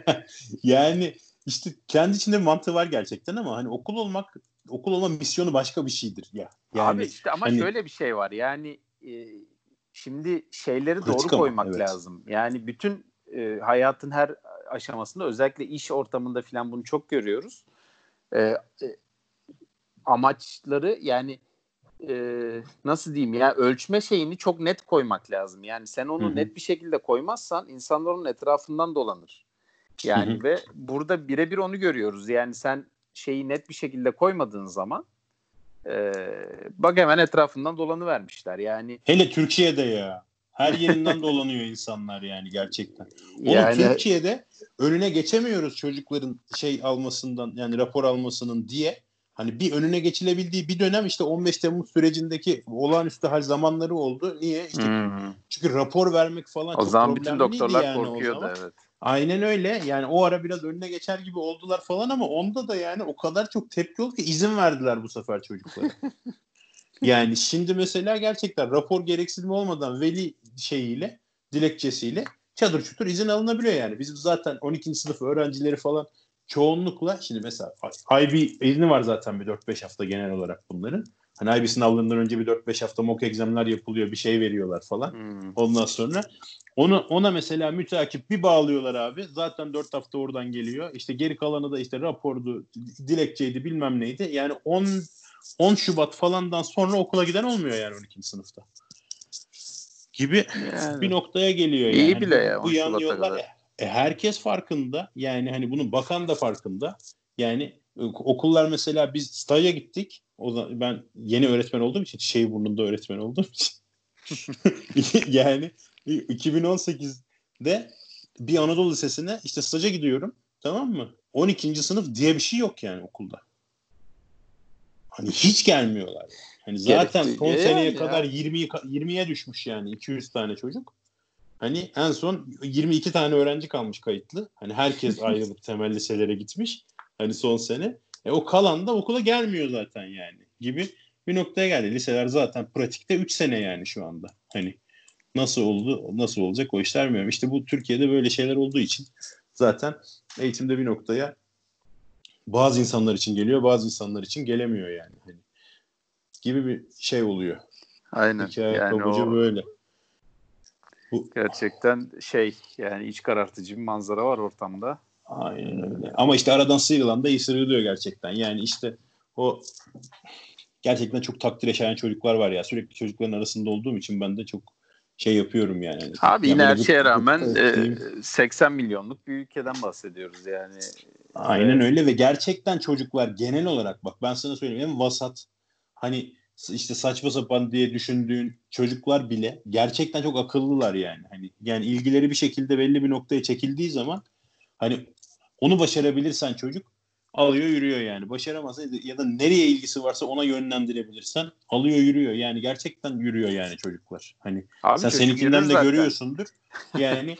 Yani işte kendi içinde bir mantığı var gerçekten ama hani okul olmak okul olma misyonu başka bir şeydir ya. Abi Yani işte ama hani şöyle bir şey var yani e, şimdi şeyleri doğru pratik ama koymak evet. lazım. Yani bütün e, hayatın her aşamasında özellikle iş ortamında falan bunu çok görüyoruz. E, e, amaçları yani e, nasıl diyeyim ya, ölçme şeyini çok net koymak lazım. Yani sen Hı onu hı. net bir şekilde koymazsan insanlar onun etrafından dolanır. Hı hı. Yani ve burada birebir onu görüyoruz. Yani sen şeyi net bir şekilde koymadığın zaman e, bak hemen etrafından dolanıvermişler. Yani Hele Türkiye'de ya. Her yerinden dolanıyor insanlar yani gerçekten. Oğlum yani Türkiye'de önüne geçemiyoruz çocukların şey almasından yani rapor almasının diye. Hani bir önüne geçilebildiği bir dönem işte on beş Temmuz sürecindeki olağanüstü hal zamanları oldu. Niye? İşte hmm, çünkü rapor vermek falan o çok zaman bütün problemliydi doktorlar yani o korkuyordu, zaman. evet. Aynen öyle. Yani o ara biraz önüne geçer gibi oldular falan ama onda da yani o kadar çok tepki oldu ki izin verdiler bu sefer çocuklara. Yani şimdi mesela gerçekten rapor gereksinimi olmadan veli şeyiyle, dilekçesiyle çadır çutur izin alınabiliyor yani. Bizim zaten on ikinci sınıf öğrencileri falan çoğunlukla şimdi mesela I B izni var zaten bir dört beş hafta genel olarak bunların. Hani I B sınavlarından önce bir dört beş hafta mock egzamlar yapılıyor, bir şey veriyorlar falan. Hmm. Ondan sonra onu ona mesela müteakip bir bağlıyorlar abi. Zaten dört hafta oradan geliyor. İşte geri kalanı da işte rapordu, dilekçeydi, bilmem neydi. Yani on on Şubat falandan sonra okula giden olmuyor yani on ikinci sınıfta. Gibi yani, bir noktaya geliyor yani. İyi Hani bile bu, ya bu on yan Şubat'a yollar kadar. e, herkes farkında. Yani hani bunun bakan da farkında. Yani okullar mesela biz staja gittik. O zaman ben yeni öğretmen olduğum için Şeyhburnu'nda öğretmen olduğum için yani iki bin on sekizde bir Anadolu Lisesi'ne işte staja gidiyorum. Tamam mı? on ikinci sınıf diye bir şey yok yani okulda. Hani hiç gelmiyorlar. Yani. Hani zaten Gerekti. son Ya seneye yani, kadar yani. yirmiye yirmiye düşmüş yani iki yüz tane çocuk. Hani en son yirmi iki tane öğrenci kalmış kayıtlı. Hani herkes ayrılıp temel liselere gitmiş. Hani son sene. E o kalan da okula gelmiyor zaten yani gibi bir noktaya geldi. Liseler zaten pratikte üç sene yani şu anda. Hani nasıl oldu, nasıl olacak o işler bilmiyorum. İşte bu Türkiye'de böyle şeyler olduğu için zaten eğitimde bir noktaya bazı insanlar için geliyor, bazı insanlar için gelemiyor yani. Hani gibi bir şey oluyor. Aynen. Hikaye Yani kabaca o böyle. Bu gerçekten şey, yani iç karartıcı bir manzara var ortamda. aynen öyle. Ama işte aradan sıyrılan da iyi sıyrılıyor gerçekten. Yani işte o gerçekten çok takdire şayan çocuklar var ya. Sürekli çocukların arasında olduğum için ben de çok şey yapıyorum yani. Hani, Abi ya yine böyle her gıpta, şeye gıpta rağmen e, ettiğim. seksen milyonluk bir ülkeden bahsediyoruz yani. Aynen Ve öyle ve gerçekten çocuklar genel olarak bak ben sana söyleyeyim en vasat hani işte saçma sapan diye düşündüğün çocuklar bile gerçekten çok akıllılar yani. Hani yani ilgileri bir şekilde belli bir noktaya çekildiği zaman hani onu başarabilirsen çocuk alıyor yürüyor yani. Başaramazsan ya da nereye ilgisi varsa ona yönlendirebilirsen alıyor yürüyor. Yani gerçekten yürüyor yani çocuklar. Hani abi sen çocuk yürür seninkinden de zaten. görüyorsundur. Yani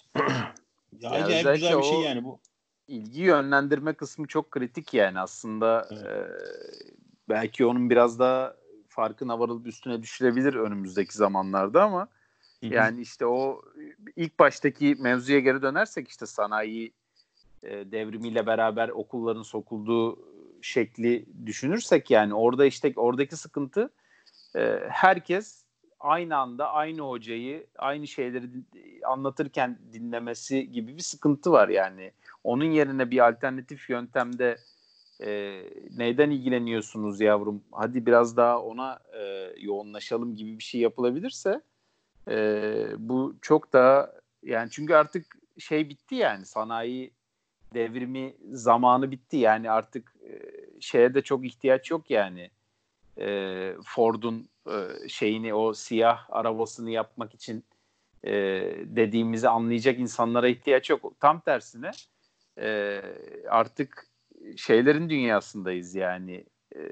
Ya acayip özellikle güzel bir şey o yani bu. ilgi yönlendirme kısmı çok kritik yani aslında. Evet. E, belki onun biraz daha farkına varılıp üstüne düşülebilir önümüzdeki zamanlarda ama Hı hı. yani işte o ilk baştaki mevzuya geri dönersek işte sanayi e, devrimiyle beraber okulların sokulduğu şekli düşünürsek yani orada işte oradaki sıkıntı e, herkes aynı anda aynı hocayı aynı şeyleri anlatırken dinlemesi gibi bir sıkıntı var yani. Onun yerine bir alternatif yöntemde e, neyden ilgileniyorsunuz yavrum? Hadi biraz daha ona e, yoğunlaşalım gibi bir şey yapılabilirse e, bu çok daha yani çünkü artık şey bitti yani sanayi devrimi zamanı bitti yani artık e, şeye de çok ihtiyaç yok yani e, Ford'un e, şeyini o siyah arabasını yapmak için e, dediğimizi anlayacak insanlara ihtiyaç yok. Tam tersine e, artık şeylerin dünyasındayız yani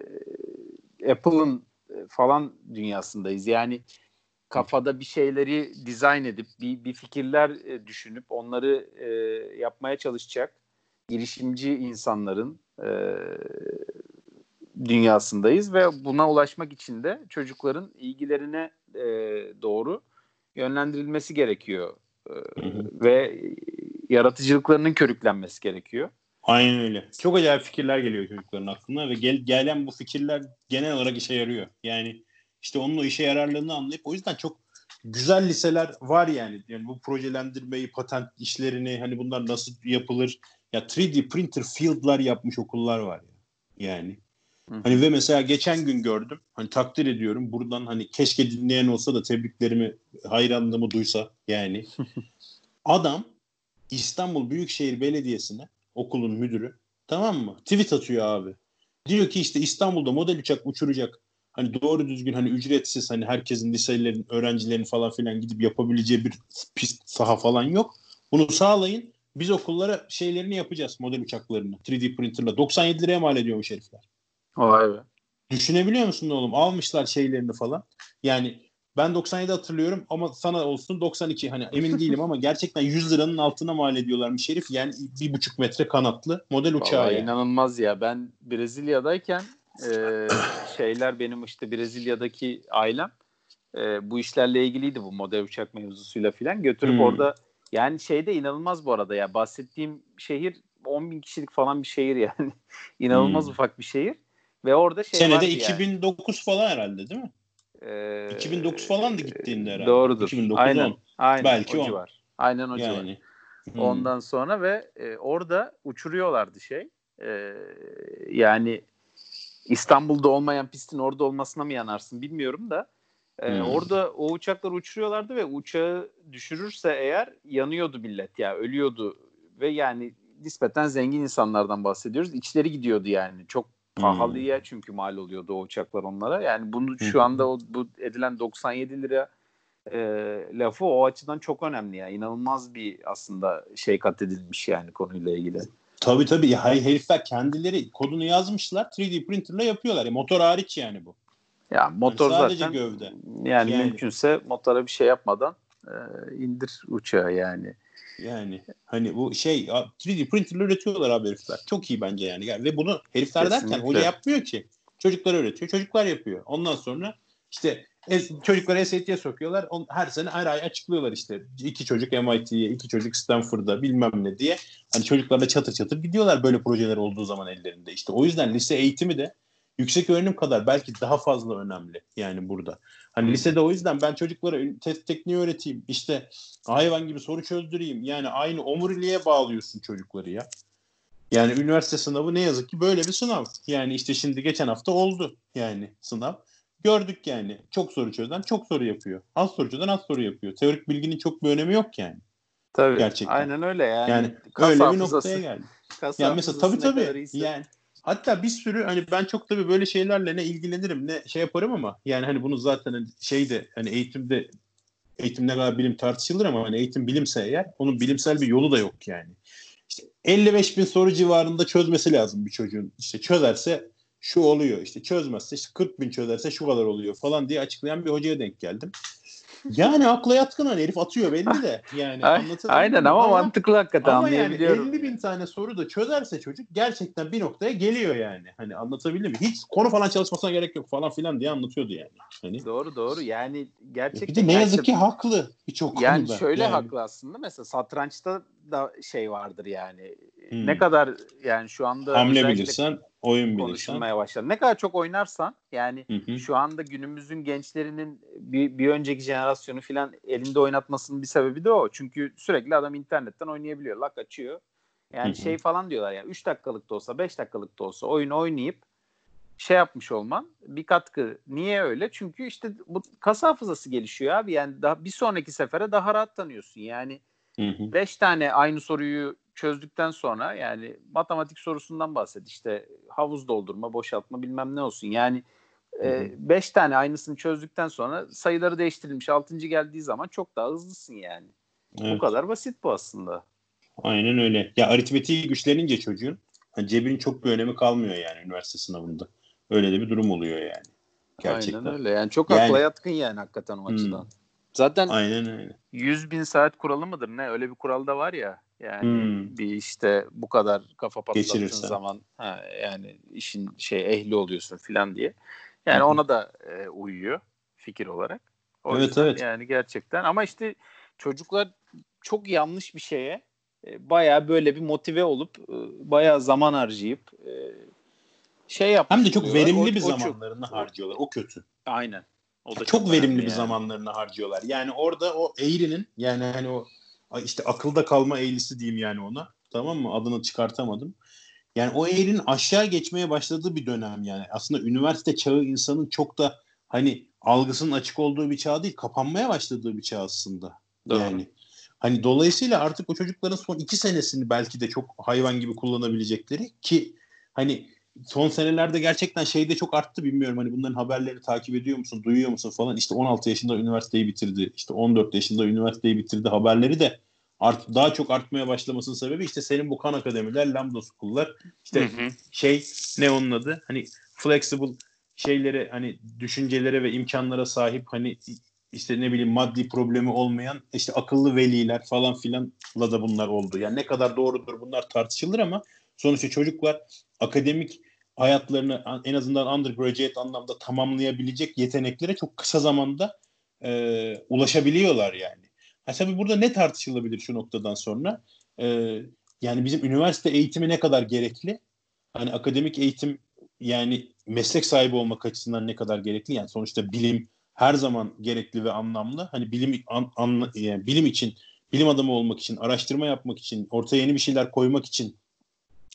e, Apple'ın falan dünyasındayız. Yani kafada bir şeyleri dizayn edip bir, bir fikirler e, düşünüp onları e, yapmaya çalışacak girişimci insanların e, dünyasındayız ve buna ulaşmak için de çocukların ilgilerine e, doğru yönlendirilmesi gerekiyor e, Hı hı. ve yaratıcılıklarının körüklenmesi gerekiyor. Aynen öyle. Çok acayip fikirler geliyor çocukların aklına ve gel, gelen bu fikirler genel olarak işe yarıyor. Yani işte onun o işe yararlığını anlayıp o yüzden çok güzel liseler var yani. Yani bu projelendirmeyi, patent işlerini hani bunlar nasıl yapılır? Ya üç D printer field'lar yapmış okullar var ya. Yani Hı hani hı. ve mesela geçen gün gördüm. Hani takdir ediyorum. Buradan hani keşke dinleyen olsa da tebriklerimi, hayranlığımı duysa yani. Adam İstanbul Büyükşehir Belediyesi'ne okulun müdürü tamam mı? Tweet atıyor abi. Diyor ki işte İstanbul'da model uçak uçuracak. Hani doğru düzgün hani ücretsiz hani herkesin liselerin öğrencilerin falan filan gidip yapabileceği bir pist saha falan yok. Bunu sağlayın. Biz okullara şeylerini yapacağız model uçaklarını üç D printerla. doksan yedi liraya mal ediyormuş herifler. Vay be. Düşünebiliyor musun oğlum? Almışlar şeylerini falan. Yani ben doksan yedi hatırlıyorum ama sana olsun doksan iki hani emin değilim ama gerçekten yüz liranın altına mal ediyorlarmış herif. Yani bir buçuk metre kanatlı model uçağı Vallahi yani. inanılmaz ya. Ben Brezilya'dayken e, şeyler benim işte Brezilya'daki ailem e, bu işlerle ilgiliydi bu model uçak mevzusuyla filan. Götürüp Hmm. orada yani şey de inanılmaz bu arada ya. Bahsettiğim şehir on bin kişilik falan bir şehir yani. İnanılmaz Hmm. ufak bir şehir. Ve orada şey Senede vardı yani. iki bin dokuz falan herhalde değil mi? E, iki bin dokuz falan da gittiğinde herhalde. doğrudur. Aynen. iki bin dokuz on. Aynen Belki o on. civar. Aynen o civar. Yani. Hmm. Ondan sonra ve e, orada uçuruyorlardı şey. E, yani İstanbul'da olmayan pistin orada olmasına mı yanarsın bilmiyorum da e, Hmm. orada o uçaklar uçuruyorlardı ve uçağı düşürürse eğer yanıyordu millet ya, ölüyordu ve yani nispeten zengin insanlardan bahsediyoruz. İçleri gidiyordu yani. Çok pahalıya Hmm. çünkü mal oluyordu o uçaklar onlara. Yani bunu Hmm. şu anda o bu edilen doksan yedi lira e, lafı o açıdan çok önemli ya. İnanılmaz bir aslında şey kat edilmiş yani konuyla ilgili. Tabii tabii. Ya, herifler kendileri kodunu yazmışlar. üç D printerla yapıyorlar. Ya, motor hariç yani bu. Ya motor Yani sadece zaten gövde. yani, Yani mümkünse motora bir şey yapmadan e, indir uçağı yani. Yani hani bu şey üç D printerla üretiyorlar abi herifler. Çok iyi bence yani. Yani ve bunu herifler derken hoca Kesinlikle. yapmıyor ki. Çocuklar öğretiyor. Çocuklar yapıyor. Ondan sonra işte es, çocukları S A T'ye sokuyorlar. On, her sene her ay açıklıyorlar işte. İki çocuk M I T'ye, iki çocuk Stanford'da bilmem ne diye. Hani çocuklarla çatır çatır gidiyorlar böyle projeler olduğu zaman ellerinde. İşte o yüzden lise eğitimi de yüksek öğrenim kadar belki daha fazla önemli yani burada. Hani Hı. lisede o yüzden ben çocuklara test tekniği öğreteyim. İşte hayvan gibi soru çözdüreyim. Yani aynı omuriliğe bağlıyorsun çocukları ya. Yani üniversite sınavı ne yazık ki böyle bir sınav. Yani işte şimdi geçen hafta oldu yani sınav. Gördük yani. Çok soru çözen çok soru yapıyor. Az soru çözen az soru yapıyor. Teorik bilginin çok bir önemi yok yani. Tabii. Gerçekten. Aynen öyle yani. Yani Kas öyle bir noktaya hafızası. geldi. Kas Yani mesela tabii hafızası ne kadar tabii. iyiyse. Yani hatta bir sürü hani ben çok tabii böyle şeylerle ne ilgilenirim ne şey yaparım ama yani hani bunu zaten hani şeyde hani eğitimde eğitim ne kadar bilim tartışılır ama hani eğitim bilimse eğer onun bilimsel bir yolu da yok yani. İşte elli beş bin soru civarında çözmesi lazım bir çocuğun. İşte çözerse şu oluyor. İşte çözmezse işte kırk bin çözerse şu kadar oluyor falan diye açıklayan bir hocaya denk geldim. Yani akla yatkın hani herif atıyor belli de. Yani anlatabildim Aynen mi? ama Ama mantıklı hakikaten ama yani anlayabiliyorum elli bin yani. tane soru da çözerse çocuk gerçekten bir noktaya geliyor yani. Hani anlatabildim mi? Hiç konu falan çalışmasına gerek yok falan filan diye anlatıyordu yani. Hani Doğru doğru yani bir gerçekten de ne yani işte yazık ki haklı birçok yani konuda. şöyle Yani haklı aslında mesela satrançta da şey vardır yani ne hmm. kadar yani şu anda Hamle özellikle bilirsen, oyun bilirsen. konuşulmaya başladı. Ne kadar çok oynarsan yani Hı hı. şu anda günümüzün gençlerinin bir, bir önceki jenerasyonu filan elinde oynatmasının bir sebebi de o. Çünkü sürekli adam internetten oynayabiliyor. Lak açıyor. Hı Yani hı. şey falan diyorlar ya üç dakikalık da olsa beş dakikalık da olsa oyunu oynayıp şey yapmış olman bir katkı. Niye öyle? Çünkü işte bu kas hafızası gelişiyor abi. Yani daha bir sonraki sefere daha rahat tanıyorsun. Yani Hı hı. beş tane aynı soruyu çözdükten sonra yani matematik sorusundan bahset. İşte havuz doldurma, boşaltma bilmem ne olsun. Yani Hı hı. e, beş tane aynısını çözdükten sonra sayıları değiştirilmiş. Altıncı geldiği zaman çok daha hızlısın yani. Bu Evet. kadar basit bu aslında. Aynen öyle. Ya aritmetiği güçlenince çocuğun hani cebinin çok bir önemi kalmıyor yani üniversite sınavında. Öyle de bir durum oluyor yani. Aynen Gerçekten. öyle. Yani çok akla Yani yatkın yani hakikaten o hmm. açıdan. Zaten Aynen öyle. yüz bin saat kuralı mıdır ne? Öyle bir kural da var ya. Yani Hmm. bir işte bu kadar kafa patlattığın Geçirirsen. zaman ha, yani işin şey ehli oluyorsun filan diye. Hı Yani hı. ona da e, uyuyor fikir olarak. O Evet yüzden evet. yani gerçekten ama işte çocuklar çok yanlış bir şeye e, bayağı böyle bir motive olup e, bayağı zaman harcayıp e, şey Hem de yapmış çok oluyorlar. O, verimli bir o çok zamanlarını o, harcıyorlar. O kötü. aynen. O da çok Çok önemli verimli bir yani. zamanlarını harcıyorlar. Yani orada o eğrinin yani hani o işte akılda kalma eğrisi diyeyim yani ona. Tamam mı? Adını çıkartamadım. Yani o eğrinin aşağı geçmeye başladığı bir dönem yani. Aslında üniversite çağı insanın çok da hani algısının açık olduğu bir çağ değil, kapanmaya başladığı bir çağ aslında. Doğru. Yani hani dolayısıyla artık o çocukların son iki senesini belki de çok hayvan gibi kullanabilecekleri ki hani son senelerde gerçekten şey de çok arttı bilmiyorum hani bunların haberlerini takip ediyor musun, duyuyor musun falan işte on altı yaşında üniversiteyi bitirdi, işte on dört yaşında üniversiteyi bitirdi haberleri de art, daha çok artmaya başlamasının sebebi işte senin bu kan akademiler, lambda school'lar Hı işte hı. şey ne onun adı hani flexible şeylere hani düşüncelere ve imkanlara sahip hani işte ne bileyim maddi problemi olmayan işte akıllı veliler falan filanla da bunlar oldu. Yani ne kadar doğrudur bunlar tartışılır ama sonuçta çocuklar akademik hayatlarını en azından undergraduate anlamda tamamlayabilecek yeteneklere çok kısa zamanda e, ulaşabiliyorlar yani. Ha, tabii burada ne tartışılabilir şu noktadan sonra? E, yani bizim üniversite eğitimi ne kadar gerekli? Hani akademik eğitim yani meslek sahibi olmak açısından ne kadar gerekli? Yani sonuçta bilim her zaman gerekli ve anlamlı. Hani bilim an, an, yani bilim için, bilim adamı olmak için, araştırma yapmak için, ortaya yeni bir şeyler koymak için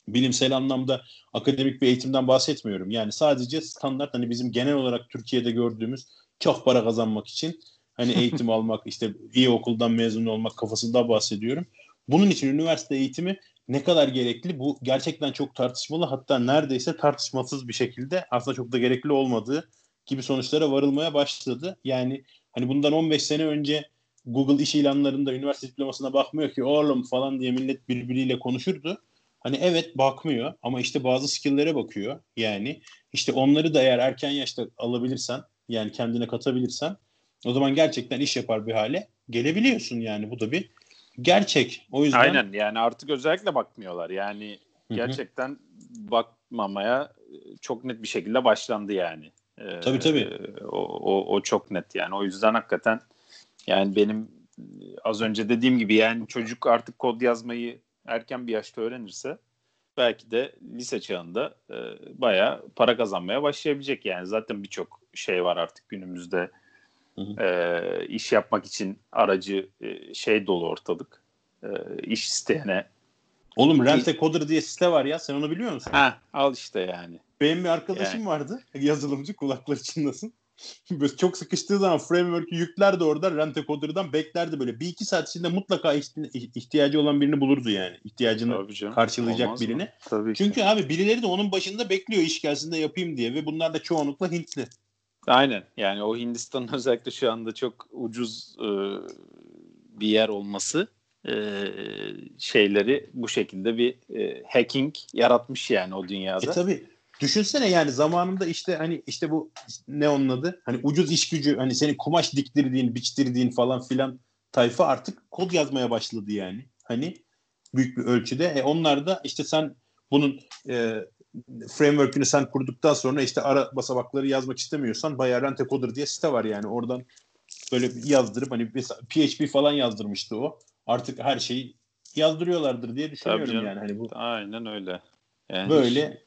bilimsel anlamda akademik bir eğitimden bahsetmiyorum. Yani sadece standart hani bizim genel olarak Türkiye'de gördüğümüz çok para kazanmak için hani eğitim almak, işte iyi okuldan mezun olmak kafasından bahsediyorum. Bunun için üniversite eğitimi ne kadar gerekli? Bu gerçekten çok tartışmalı. Hatta neredeyse tartışmasız bir şekilde aslında çok da gerekli olmadığı gibi sonuçlara varılmaya başladı. Yani hani bundan on beş sene önce Google iş ilanlarında üniversite diplomasına bakmıyor ki oğlum falan diye millet birbiriyle konuşurdu. Hani evet bakmıyor ama işte bazı skill'lere bakıyor. Yani işte onları da eğer erken yaşta alabilirsen, yani kendine katabilirsen, o zaman gerçekten iş yapar bir hale gelebiliyorsun yani. Bu da bir gerçek. O yüzden Aynen, yani artık özellikle bakmıyorlar. Yani hı hı. gerçekten bakmamaya çok net bir şekilde başlandı yani. Ee, Tabii tabii. o, o, o çok net yani. O yüzden hakikaten yani benim az önce dediğim gibi yani çocuk artık kod yazmayı erken bir yaşta öğrenirse belki de lise çağında e, bayağı para kazanmaya başlayabilecek yani. Zaten birçok şey var artık günümüzde. Hı hı. E, iş yapmak için aracı e, şey dolu ortalık. E, iş isteyene. Oğlum Ki, Rent-A-Coder diye site var ya, sen onu biliyor musun? ha al işte yani. Benim bir Yani arkadaşım vardı, yazılımcı, kulakları çınlasın. Böyle çok sıkıştığı zaman framework'ü yüklerdi orada, Rent-A-Coder'dan beklerdi böyle. Bir iki saat içinde mutlaka ihtiyacı olan birini bulurdu yani. İhtiyacını tabii canım. karşılayacak Olmaz mı? birini. Tabii ki. Çünkü abi birileri de onun başında bekliyor iş gelsin de yapayım diye ve bunlar da çoğunlukla Hintli. Aynen. Yani o Hindistan'ın özellikle şu anda çok ucuz e, bir yer olması e, şeyleri bu şekilde bir e, hacking yaratmış yani o E dünyada. tabii. Düşünsene yani zamanında işte hani işte bu ne onun adı? Hani ucuz iş gücü, hani seni kumaş diktirdiğin, biçtirdiğin falan filan tayfa artık kod yazmaya başladı yani. Hani büyük bir ölçüde. E onlar da işte sen bunun e, framework'ünü sen kurduktan sonra işte ara basamakları yazmak istemiyorsan bayağı Rent-A-Coder diye site var yani. Oradan böyle yazdırıp hani mesela P H P falan yazdırmıştı o. Artık her şeyi yazdırıyorlardır diye Tabii düşünüyorum canım. yani. Hani bu Aynen öyle. Yani hiç böyle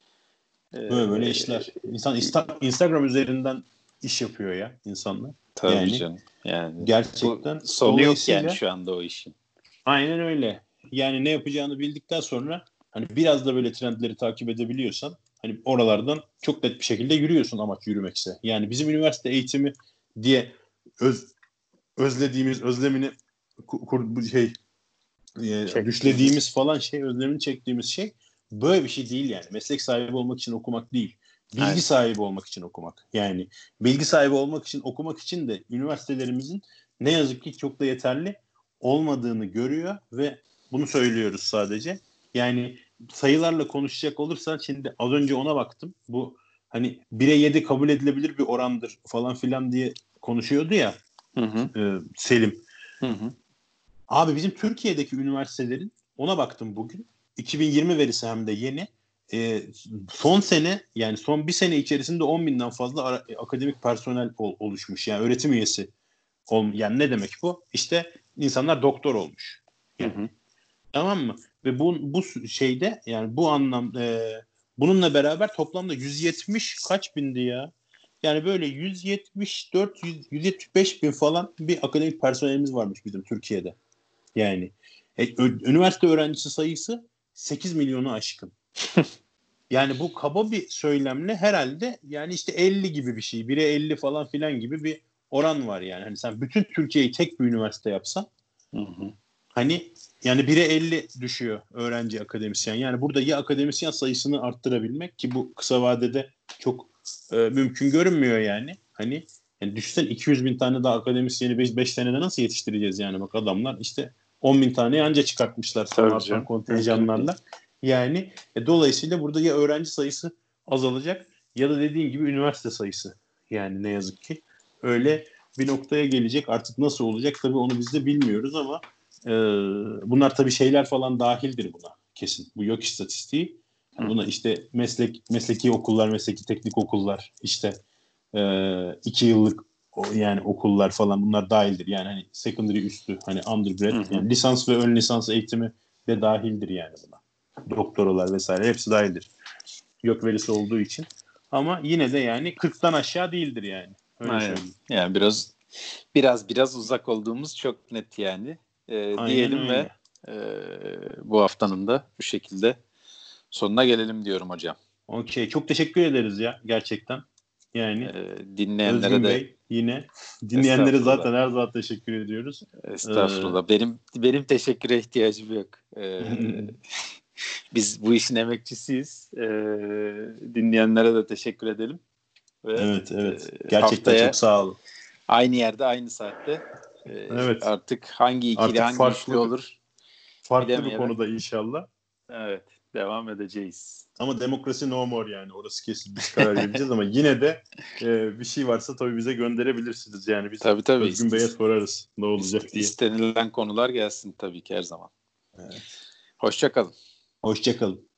böyle böyle e, işler. İnsan Insta- Instagram üzerinden iş yapıyor ya insanlar. tabii Yani canım. Yani bu gerçekten sonu yok yani dolayısıyla şu anda o işin. aynen öyle. Yani ne yapacağını bildikten sonra hani biraz da böyle trendleri takip edebiliyorsan hani oralardan çok net bir şekilde yürüyorsun, amaç yürümekse. Yani bizim üniversite eğitimi diye öz, özlediğimiz, özlemini kur, kur- bu şey e, Çektiğimiz. düşlediğimiz falan şey, özlemini çektiğimiz şey böyle bir şey değil yani. Meslek sahibi olmak için okumak değil. Bilgi Aynen. sahibi olmak için okumak. Yani bilgi sahibi olmak için okumak için de üniversitelerimizin ne yazık ki çok da yeterli olmadığını görüyor ve bunu söylüyoruz sadece. Yani sayılarla konuşacak olursan şimdi az önce ona baktım. Bu hani bire yedi kabul edilebilir bir orandır falan filan diye konuşuyordu ya Hı hı. e, Selim. Hı hı. Abi bizim Türkiye'deki üniversitelerin, ona baktım bugün. iki bin yirmi verisi hem de yeni. Ee, son sene, yani son bir sene içerisinde on binden fazla ara- akademik personel ol- oluşmuş. Yani öğretim üyesi. Ol, yani ne demek bu? İşte insanlar doktor olmuş. Hı Yani hı. tamam mı? Ve bu, bu şeyde yani bu anlam e, bununla beraber toplamda yüz yetmiş kaç bindi ya? Yani böyle yüz yetmiş dört yüz, yüz yetmiş beş bin falan bir akademik personelimiz varmış bizim Türkiye'de. Yani e, ö- üniversite öğrencisi sayısı sekiz milyonu aşkın. Yani bu kaba bir söylemle herhalde yani işte elli gibi bir şey. bire elli falan filan gibi bir oran var yani. Hani sen bütün Türkiye'yi tek bir üniversite yapsan Hı hı. hani yani bire elli düşüyor öğrenci akademisyen. Yani burada ya akademisyen sayısını arttırabilmek ki bu kısa vadede çok e, mümkün görünmüyor yani. Hani yani düşünsen iki yüz bin tane daha akademisyeni beş senede nasıl yetiştireceğiz yani, bak adamlar işte on bin tane anca çıkartmışlar son Tabii artan canım. Mümkün değil. kontenjanlarla. Yani e, dolayısıyla burada ya öğrenci sayısı azalacak ya da dediğin gibi üniversite sayısı, yani ne yazık ki öyle bir noktaya gelecek. Artık nasıl olacak tabii onu biz de bilmiyoruz ama ee, bunlar tabii şeyler falan dahildir buna kesin. Bu yok istatistiği. Hı Yani buna hı. işte meslek mesleki okullar, mesleki teknik okullar, işte e, iki yıllık o, yani okullar falan bunlar dahildir. Yani hani secondary üstü, hani Hı undergrad, hı. yani lisans ve ön lisans eğitimi de dahildir yani buna. Doktoralar vesaire hepsi dahildir. Yok verisi olduğu için. Ama yine de yani kırktan aşağı değildir yani. Öyle Aynen. söyleyeyim. Yani biraz biraz biraz uzak olduğumuz çok net yani. Ee, Aynen diyelim ve öyle. e, bu haftanın da bu şekilde sonuna gelelim diyorum hocam. Okey. Çok teşekkür ederiz ya gerçekten. Yani Ee, dinleyenlere Özgün de Bey yine dinleyenlere zaten her zaman teşekkür ediyoruz. Estağfurullah. Ee, benim benim teşekküre ihtiyacım yok. Ee, biz bu işin emekçisiyiz. Ee, dinleyenlere de teşekkür edelim. Ve, evet evet. E, Gerçekten çok sağ olun. Aynı yerde aynı saatte. Ee, evet. Artık hangi ikili artık hangi farklı üçlü olur? Farklı bir konuda inşallah. Evet. Devam edeceğiz. Ama demokrasi no more yani. Orası kesin biz karar vereceğiz ama yine de e, bir şey varsa tabii bize gönderebilirsiniz. Yani biz tabii, tabii. Özgün Bey'e sorarız ne olacak İst- diye. İstenilen konular gelsin tabii ki her zaman. Evet. Hoşça kalın. Hoşça kalın.